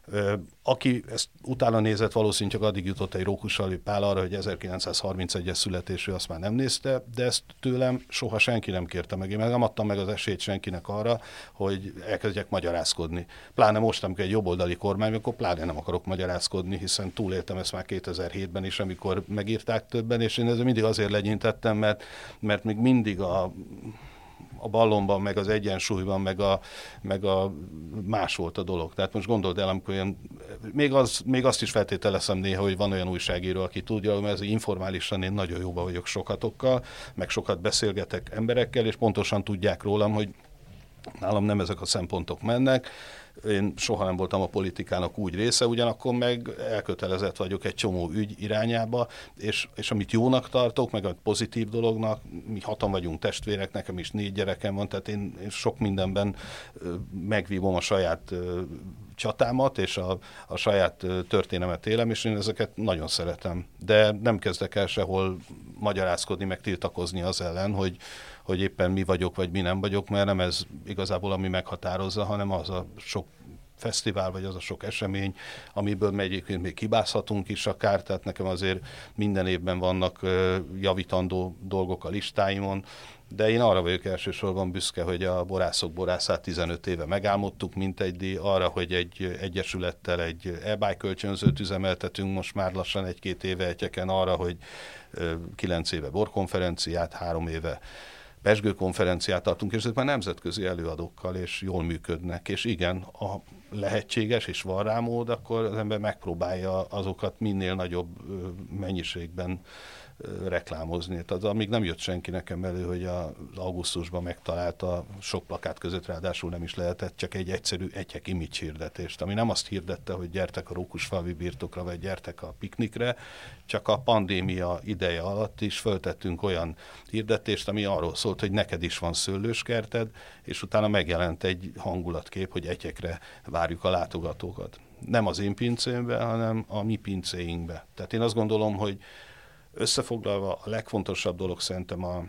Aki ezt utána nézett, valószínűleg addig jutott egy Rókus-Salvi Pál arra, hogy 1931-es születésű, azt már nem nézte, de ezt tőlem soha senki nem kérte meg. Én nem adtam meg az esélyt senkinek arra, hogy elkezdjek magyarázkodni. Pláne most, amikor egy jobboldali kormány, akkor pláne nem akarok magyarázkodni, hiszen túléltem ezt már 2007-ben is, amikor megírták többen, és én ezzel mindig azért legyintettem, mert még mindig a ballonban, meg az egyensúlyban, meg a más volt a dolog. Tehát most gondold el, amikor még azt is feltételezem néha, hogy van olyan újságíró, aki tudja, mert informálisan én nagyon jóban vagyok sokatokkal, meg sokat beszélgetek emberekkel, és pontosan tudják rólam, hogy nálam nem ezek a szempontok mennek. Én soha nem voltam a politikának úgy része, ugyanakkor meg elkötelezett vagyok egy csomó ügy irányába, és amit jónak tartok, meg a pozitív dolognak, mi 6-an vagyunk testvérek, nekem is 4 gyerekem van, tehát én sok mindenben megvívom a saját csatámat, és a saját történemet élem, és én ezeket nagyon szeretem. De nem kezdek el sehol magyarázkodni, meg tiltakozni az ellen, hogy éppen mi vagyok, vagy mi nem vagyok, mert nem ez igazából, ami meghatározza, hanem az a sok fesztivál, vagy az a sok esemény, amiből egyébként még hibázhatunk is akár, tehát nekem azért minden évben vannak javítandó dolgok a listáimon, de én arra vagyok elsősorban büszke, hogy a Borászok Borászát 15 éve megálmodtuk, mint egy díj, arra, hogy egy egyesülettel egy e-bike kölcsönzőt üzemeltetünk most már lassan 1-2 éve egyeken, arra, hogy 9 éve borkonferenciát, 3 éve pezsgőkonferenciát tartunk, és ezek már nemzetközi előadókkal, és jól működnek. És igen, ha lehetséges, és van rá mód, akkor az ember megpróbálja azokat minél nagyobb mennyiségben reklámozni. Tehát amíg nem jött senki nekem elő, hogy az augusztusban megtalálta sok plakát között, ráadásul nem is lehetett, csak egy egyszerű egyek image hirdetést, ami nem azt hirdette, hogy gyertek a Rókusfalvi birtokra, vagy gyertek a piknikre, csak a pandémia ideje alatt is föltettünk olyan hirdetést, ami arról szólt, hogy neked is van szőlőskerted, és utána megjelent egy hangulatkép, hogy egyekre várjuk a látogatókat. Nem az én pincémbe, hanem a mi pincéinkbe. Tehát én azt gondolom, hogy összefoglalva a legfontosabb dolog szerintem a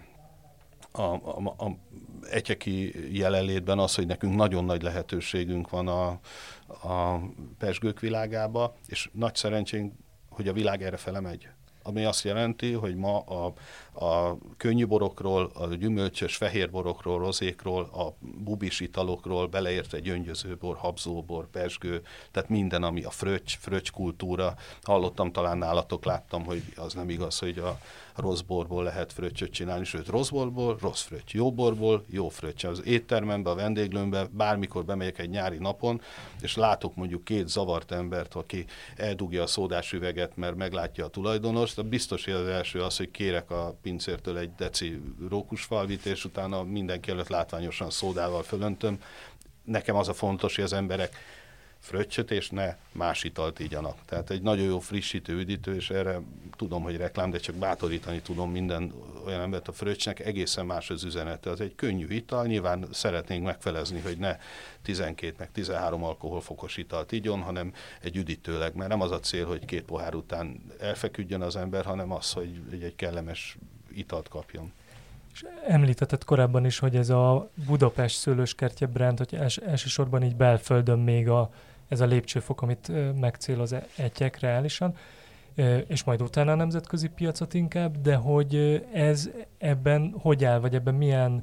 egyeki jelenlétben az, hogy nekünk nagyon nagy lehetőségünk van a pezsgők világába, és nagy szerencsénk, hogy a világ erre fele megy. Ami azt jelenti, hogy ma a könnyű borokról, a gyümölcsös fehérborokról, rozékról, a bubis italokról, beleértve gyöngyözőbor, habzóbor, pezsgő, tehát minden, ami a fröccs kultúra. Hallottam, talán nálatok láttam, hogy az nem igaz, hogy a rossz borból lehet fröccsöt csinálni, sőt rossz borból, rossz fröccs, jó borból, jó fröccs. Az éttermembe, a vendéglőmbe bármikor bemegyek egy nyári napon, és látok mondjuk 2 zavart embert, aki eldugja a szódás üveget, mert meglátja a tulajdonost, biztos, hogy az első az, hogy kérek a pincértől egy deci rókusfalvit, és utána mindenki előtt látványosan szódával fölöntöm. Nekem az a fontos, hogy az emberek fröccsöt és ne más italt igyanak. Tehát egy nagyon jó frissítő, üdítő, és erre tudom, hogy reklám, de csak bátorítani tudom minden olyan embert, a fröccsnek egészen más az üzenete. Az egy könnyű ital, nyilván szeretnénk megfelezni, hogy ne 12 meg 13 alkoholfokos italt igyon, hanem egy üdítőleg, mert nem az a cél, hogy 2 pohár után elfeküdjön az ember, hanem az, hogy egy kellemes italt kapjon. És említetted korábban is, hogy ez a Budapest szőlőskertje brand, hogy elsősorban így belföldön még ez a lépcsőfok, amit megcéloz egyek reálisan, és majd utána a nemzetközi piacot inkább, de hogy ez ebben hogy áll, vagy ebben milyen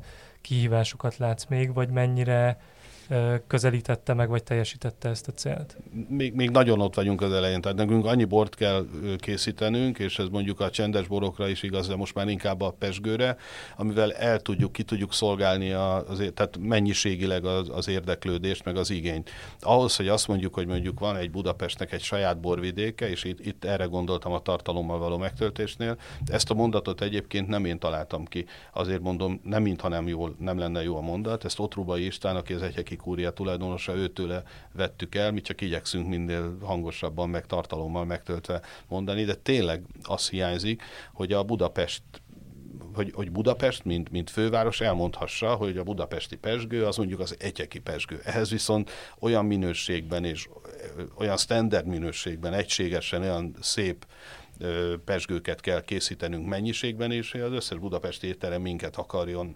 kihívásokat látsz még, vagy mennyire közelítette meg, vagy teljesítette ezt a célt? Még nagyon ott vagyunk az elején, tehát nekünk annyi bort kell készítenünk, és ez mondjuk a csendes borokra is igaz, de most már inkább a pezsgőre, amivel ki tudjuk szolgálni tehát mennyiségileg az érdeklődést, meg az igényt. Ahhoz, hogy azt mondjuk, hogy mondjuk van egy Budapestnek egy saját borvidéke, és itt erre gondoltam a tartalommal való megtöltésnél, ezt a mondatot egyébként nem én találtam ki. Azért mondom, nem mintha nem lenne jó a mondat, ezt Ottrubai István, aki az Egyheki Kúria tulajdonosa, őtőle vettük el, mi csak igyekszünk minél hangosabban, meg tartalommal megtöltve mondani, de tényleg az hiányzik, hogy a Budapest, hogy Budapest, mint főváros elmondhassa, hogy a budapesti pezsgő az mondjuk az egyheki pezsgő. Ehhez viszont olyan minőségben és olyan standard minőségben, egységesen, olyan szép pezsgőket kell készítenünk mennyiségben, és hogy az összes budapesti étterem minket akarjon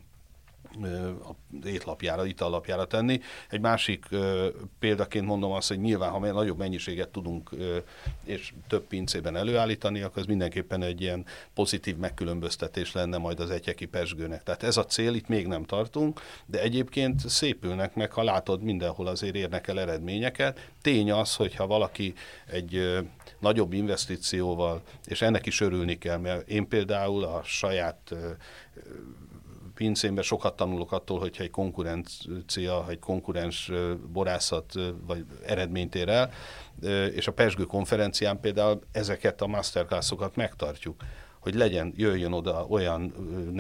az étlapjára, itallapjára tenni. Egy másik példaként mondom azt, hogy nyilván, ha nagyobb mennyiséget tudunk és több pincében előállítani, akkor ez mindenképpen egy ilyen pozitív megkülönböztetés lenne majd az egyheki pezsgőnek. Tehát ez a cél, itt még nem tartunk, de egyébként szépülnek meg, ha látod, mindenhol azért érnek el eredményeket. Tény az, hogyha valaki egy nagyobb investícióval, és ennek is örülni kell, mert én például a saját pincémben sokat tanulok attól, hogyha egy konkurencia, egy konkurens borászat vagy eredményt ér el, és a Pezsgő konferencián például ezeket a masterclassokat megtartjuk, hogy jöjjön oda olyan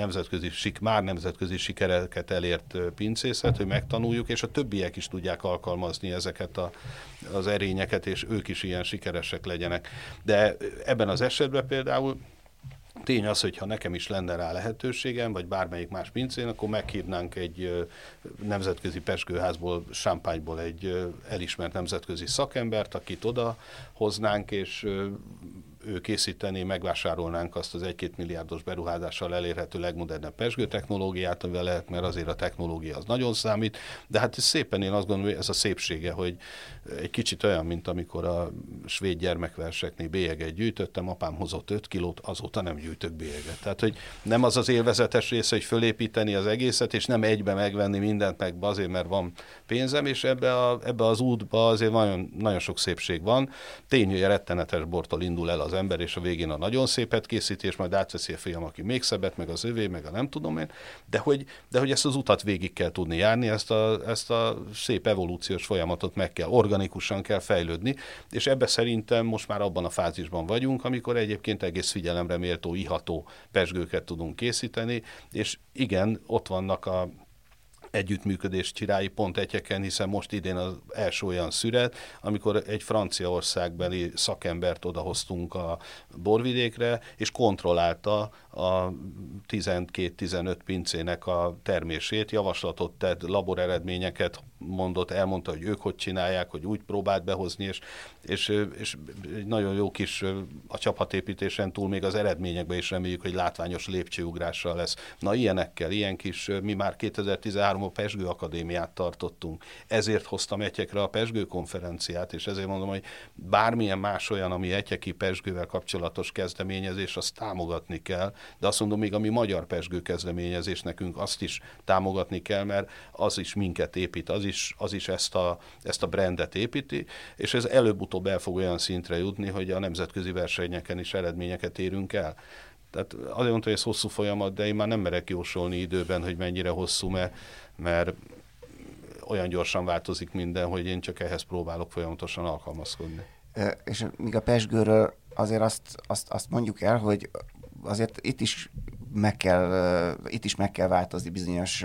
már nemzetközi sikereket elért pincészet, hogy megtanuljuk, és a többiek is tudják alkalmazni ezeket az erényeket, és ők is ilyen sikeresek legyenek. De ebben az esetben például tény az, hogy ha nekem is lenne rá lehetőségem, vagy bármelyik más pincén, akkor meghívnánk egy nemzetközi pezsgőházból, Champagne-ból egy elismert nemzetközi szakembert, akit oda hoznánk, és ő készíteni, megvásárolnánk azt az 1-2 milliárdos beruházással elérhető legmodernebb pezsgő technológiát, amivel lehet, mert azért a technológia az nagyon számít, de hát ez szépen én azt gondolom, hogy ez a szépsége, hogy egy kicsit olyan, mint amikor a svéd gyermekverseknél bélyeget gyűjtöttem, apám hozott 5 kilót, azóta nem gyűjtök bélyeget. Tehát, hogy nem az élvezetes része, hogy fölépíteni az egészet, és nem egybe megvenni mindent, meg azért, mert van pénzem, és ebbe az útba azért nagyon, nagyon sok szépség van. Tény, hogy a rettenetes bortól indul el az ember, és a végén a nagyon szépet készíti, és majd átveszi a fiam, aki még szebbet, meg az övé, meg a nem tudom én, de hogy ezt az utat végig kell tudni járni, ezt a szép evolúciós folyamatot meg kell, organikusan kell fejlődni, és ebbe szerintem most már abban a fázisban vagyunk, amikor egyébként egész figyelemre méltó, iható pezsgőket tudunk készíteni, és igen, ott vannak a együttműködés Csirályi pont egyeken, hiszen most idén az első olyan szüret, amikor egy franciaországbeli szakembert odahoztunk a borvidékre, és kontrollálta a 12-15 pincének a termését, javaslatot tett, laboreredményeket mondott, elmondta, hogy ők hogy csinálják, hogy úgy próbált behozni, és egy nagyon jó kis a csapatépítésen túl még az eredményekben is reméljük, hogy látványos lépcsőugrásra lesz. Na ilyenekkel, ilyen kis, mi már 2013-ban Pezsgő Akadémiát tartottunk. Ezért hoztam Egyhekre a Pezsgő konferenciát, és ezért mondom, hogy bármilyen más olyan, ami egyheki pezsgővel kapcsolatos kezdeményezés, azt támogatni kell, de azt mondom, még a mi magyar pezsgő kezdeményezés nekünk azt is támogatni kell, mert az is minket épít, az is ezt a brandet építi, és ez előbb-utóbb el fog olyan szintre jutni, hogy a nemzetközi versenyeken is eredményeket érünk el. Tehát azért mondta, hogy ez hosszú folyamat, de én már nem merek jósolni időben, hogy mennyire hosszú, mert olyan gyorsan változik minden, hogy én csak ehhez próbálok folyamatosan alkalmazkodni. És míg a pezsgőről azért azt mondjuk el, hogy azért itt is meg kell változni bizonyos,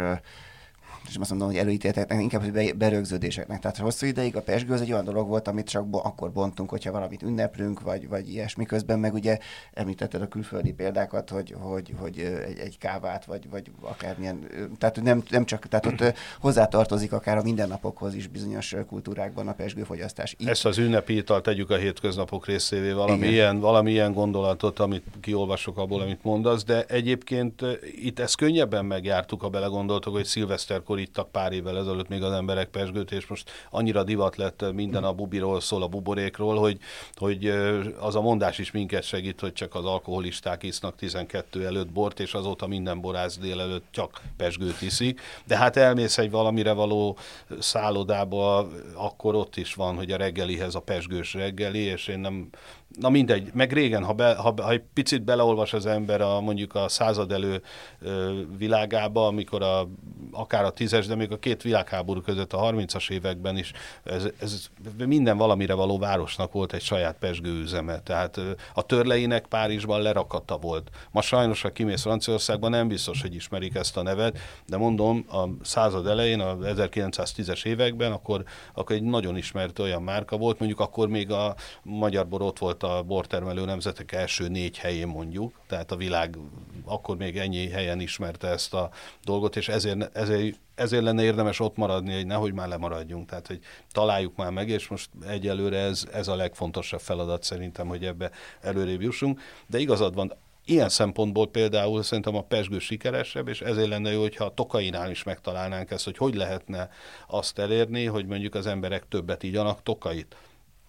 és azt mondom, hogy előítéleteknek, inkább hogy berögződéseknek. Tehát hosszú ideig a pezsgő az egy olyan dolog volt, amit csak akkor bontunk, hogyha valamit ünneplünk, vagy ilyesmi. Közben meg ugye említetted a külföldi példákat, hogy egy kávát, vagy akármilyen, tehát nem csak, tehát ott hozzátartozik akár a mindennapokhoz is bizonyos kultúrákban a pezsgőfogyasztás. Ezt az ünnepi italt tegyük a hétköznapok részévé, valami ilyen gondolatot, amit kiolvasok abból, amit mondasz, de egyébként itt ezt könnyebben megjártuk, ha belegondoltok, hogy szilveszterkor amikor ittak pár évvel ezelőtt még az emberek pezsgőt, és most annyira divat lett, minden a bubiról szól, a buborékról, hogy az a mondás is minket segít, hogy csak az alkoholisták isznak 12 előtt bort, és azóta minden borász délelőtt csak pezsgőt iszik. De hát elmész egy valamire való szállodába, akkor ott is van, hogy a reggelihez a pezsgős reggeli, és én nem... Na mindegy, meg régen, ha egy picit beleolvas az ember mondjuk a század elő világába, amikor akár a 10-es, de még a két világháború között a 30-as években is ez minden valamire való városnak volt egy saját pezsgőüzeme. Tehát a Törleinek Párizsban lerakata volt. Ma sajnos, ha kimész Franciaországban, nem biztos, hogy ismerik ezt a nevet, de mondom, a század elején, a 1910-es években, akkor egy nagyon ismert olyan márka volt, mondjuk akkor még a magyar bor ott volt a bortermelő nemzetek első 4 helyén mondjuk, tehát a világ akkor még ennyi helyen ismerte ezt a dolgot, és ezért lenne érdemes ott maradni, hogy nehogy már lemaradjunk, tehát hogy találjuk már meg, és most egyelőre ez a legfontosabb feladat szerintem, hogy ebbe előrébb jussunk, de igazad van, ilyen szempontból például szerintem a pezsgő sikeresebb, és ezért lenne jó, hogyha a Tokainál is megtalálnánk ezt, hogy lehetne azt elérni, hogy mondjuk az emberek többet igyanak Tokait.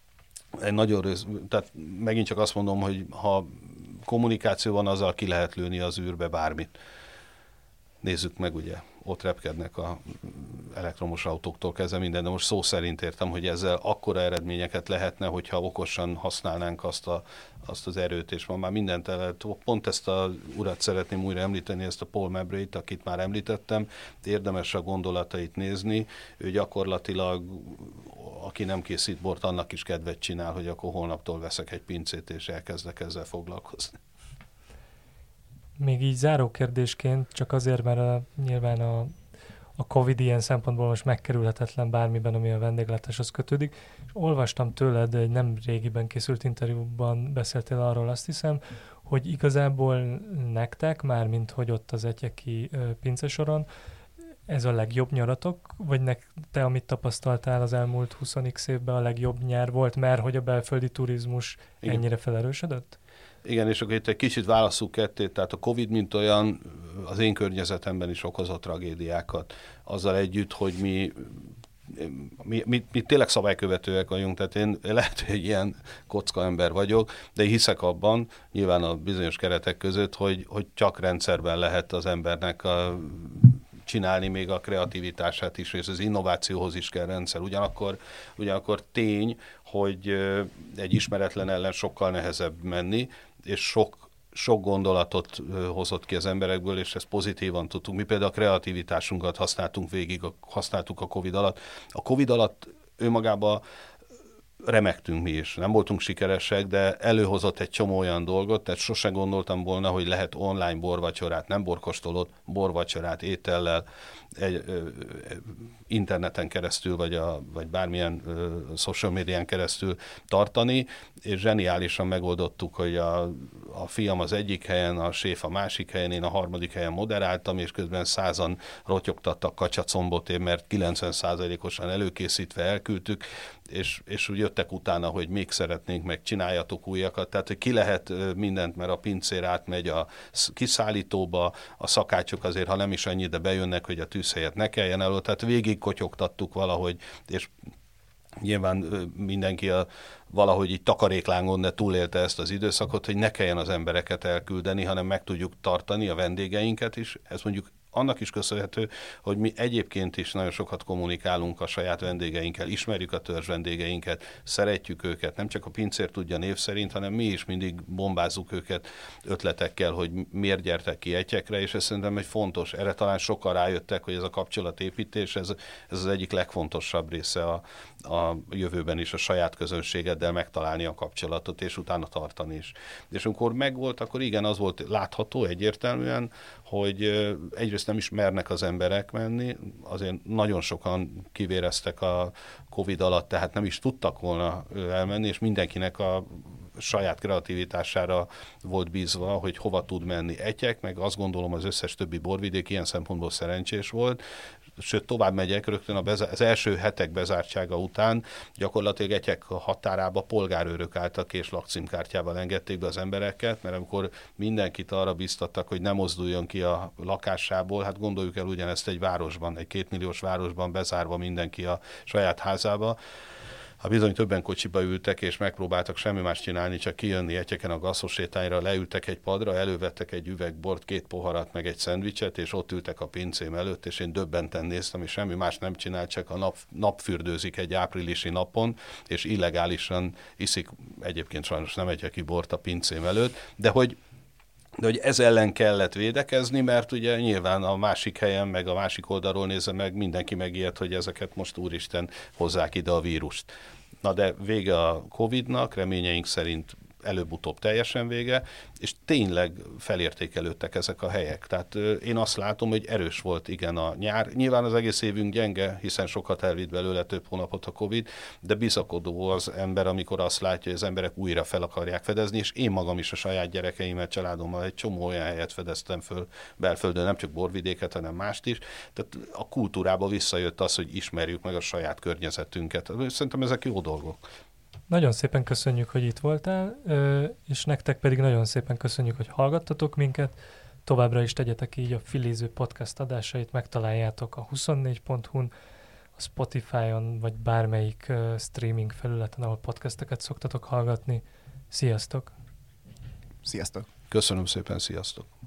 Tehát megint csak azt mondom, hogy ha kommunikáció van, azzal ki lehet lőni az űrbe bármit. Nézzük meg, ugye, ott repkednek a elektromos autóktól kezdve minden, de most szó szerint értem, hogy ezzel akkora eredményeket lehetne, hogyha okosan használnánk azt az erőt, és ma már mindent pont ezt a urat szeretném újra említeni, ezt a Paul Mabray-t, akit már említettem, érdemes a gondolatait nézni, ő gyakorlatilag aki nem készít bort, annak is kedvet csinál, hogy akkor holnaptól veszek egy pincét, és elkezdek ezzel foglalkozni. Még így záró kérdésként, csak azért, mert nyilván a Covid ilyen szempontból most megkerülhetetlen bármiben, ami a vendéglátáshoz kötődik, és olvastam tőled, egy nem régiben készült interjúban beszéltél arról, azt hiszem, hogy igazából nektek, mármint hogy ott az etyeki pincesoron, ez a legjobb nyaratok, vagy te, amit tapasztaltál az elmúlt 20x évben, a legjobb nyár volt, mert hogy a belföldi turizmus ennyire felerősödött? Igen, és akkor itt egy kicsit válasszuk ketté, tehát a Covid, mint olyan, az én környezetemben is okozott tragédiákat. Azzal együtt, hogy mi tényleg szabálykövetőek vagyunk, tehát én lehet, hogy ilyen kocka ember vagyok, de én hiszek abban, nyilván a bizonyos keretek között, hogy csak rendszerben lehet az embernek csinálni még a kreativitását is, és az innovációhoz is kell rendszer. Ugyanakkor tény, hogy egy ismeretlen ellen sokkal nehezebb menni, és sok gondolatot hozott ki az emberekből, és ezt pozitívan tudtunk. Mi például a kreativitásunkat használtuk a Covid alatt. A Covid alatt önmagában remektünk mi is. Nem voltunk sikeresek, de előhozott egy csomó olyan dolgot, tehát sosem gondoltam volna, hogy lehet online borvacsorát, nem borkostolót, borvacsorát étellel, interneten keresztül, vagy bármilyen social médián keresztül tartani, és zseniálisan megoldottuk, hogy a fiam az egyik helyen, a séf a másik helyen, én a harmadik helyen moderáltam, és közben 100-an rotyogtattak kacsacombot, mert 90%-osan előkészítve elküldtük, és úgy jöttek utána, hogy még szeretnénk, meg csináljatok újakat, tehát hogy ki lehet mindent, mert a pincér átmegy a kiszállítóba, a szakácsok azért, ha nem is annyi, de bejönnek, hogy a tűzhelyet ne kelljen elő, tehát végig kotyogtattuk valahogy, és nyilván mindenki valahogy így takaréklángon, de túlélte ezt az időszakot, hogy ne kelljen az embereket elküldeni, hanem meg tudjuk tartani a vendégeinket is. Ez mondjuk annak is köszönhető, hogy mi egyébként is nagyon sokat kommunikálunk a saját vendégeinkkel, ismerjük a törzs vendégeinket, szeretjük őket, nem csak a pincér tudja név szerint, hanem mi is mindig bombázzuk őket ötletekkel, hogy miért gyertek ki etyekre, és ez szerintem egy fontos, erre talán sokan rájöttek, hogy ez a kapcsolatépítés, ez az egyik legfontosabb része a jövőben is, a saját közönségeddel megtalálni a kapcsolatot, és utána tartani is. És amikor megvolt, akkor igen, az volt látható egyértelműen, hogy egyrészt nem is mernek az emberek menni, azért nagyon sokan kivéreztek a Covid alatt, tehát nem is tudtak volna elmenni, és mindenkinek saját kreativitására volt bízva, hogy hova tud menni Etyek, meg azt gondolom az összes többi borvidék ilyen szempontból szerencsés volt. Sőt, tovább megyek, rögtön az első hetek bezártsága után gyakorlatilag Etyek határába polgárőrök álltak és lakcímkártyával engedték be az embereket, mert amikor mindenkit arra biztattak, hogy ne mozduljon ki a lakásából, hát gondoljuk el ugyanezt egy városban, egy 2 milliós városban bezárva mindenki a saját házába. Ha bizony többen kocsiba ültek, és megpróbáltak semmi más csinálni, csak kijönni Etyeken a gaszósétányra, leültek egy padra, elővettek egy üveg bort, 2 poharat, meg egy szendvicset, és ott ültek a pincém előtt, és én döbbenten néztem, és semmi más nem csinál, csak a napfürdőzik egy áprilisi napon, és illegálisan iszik, egyébként sajnos nem Etyeki bort a pincém előtt, de hogy ez ellen kellett védekezni, mert ugye nyilván a másik helyen, meg a másik oldalról nézve meg mindenki megijed, hogy ezeket most úristen hozzák ide a vírust. Na de vége a Covid-nak, reményeink szerint előbb-utóbb teljesen vége, és tényleg felértékelődtek ezek a helyek. Tehát én azt látom, hogy erős volt igen a nyár. Nyilván az egész évünk gyenge, hiszen sokat elvitt belőle, több hónapot a Covid, de bizakodó az ember, amikor azt látja, hogy az emberek újra fel akarják fedezni, és én magam is a saját gyerekeimmel, családommal egy csomó olyan helyet fedeztem föl belföldön, nem csak borvidéket, hanem mást is. Tehát a kultúrába visszajött az, hogy ismerjük meg a saját környezetünket. Szerintem ezek jó dolgok. Nagyon szépen köszönjük, hogy itt voltál, és nektek pedig nagyon szépen köszönjük, hogy hallgattatok minket. Továbbra is tegyetek így, a Filéző podcast adásait megtaláljátok a 24.hu-n, a Spotify-on, vagy bármelyik streaming felületen, ahol podcasteket szoktatok hallgatni. Sziasztok! Sziasztok! Köszönöm szépen, sziasztok!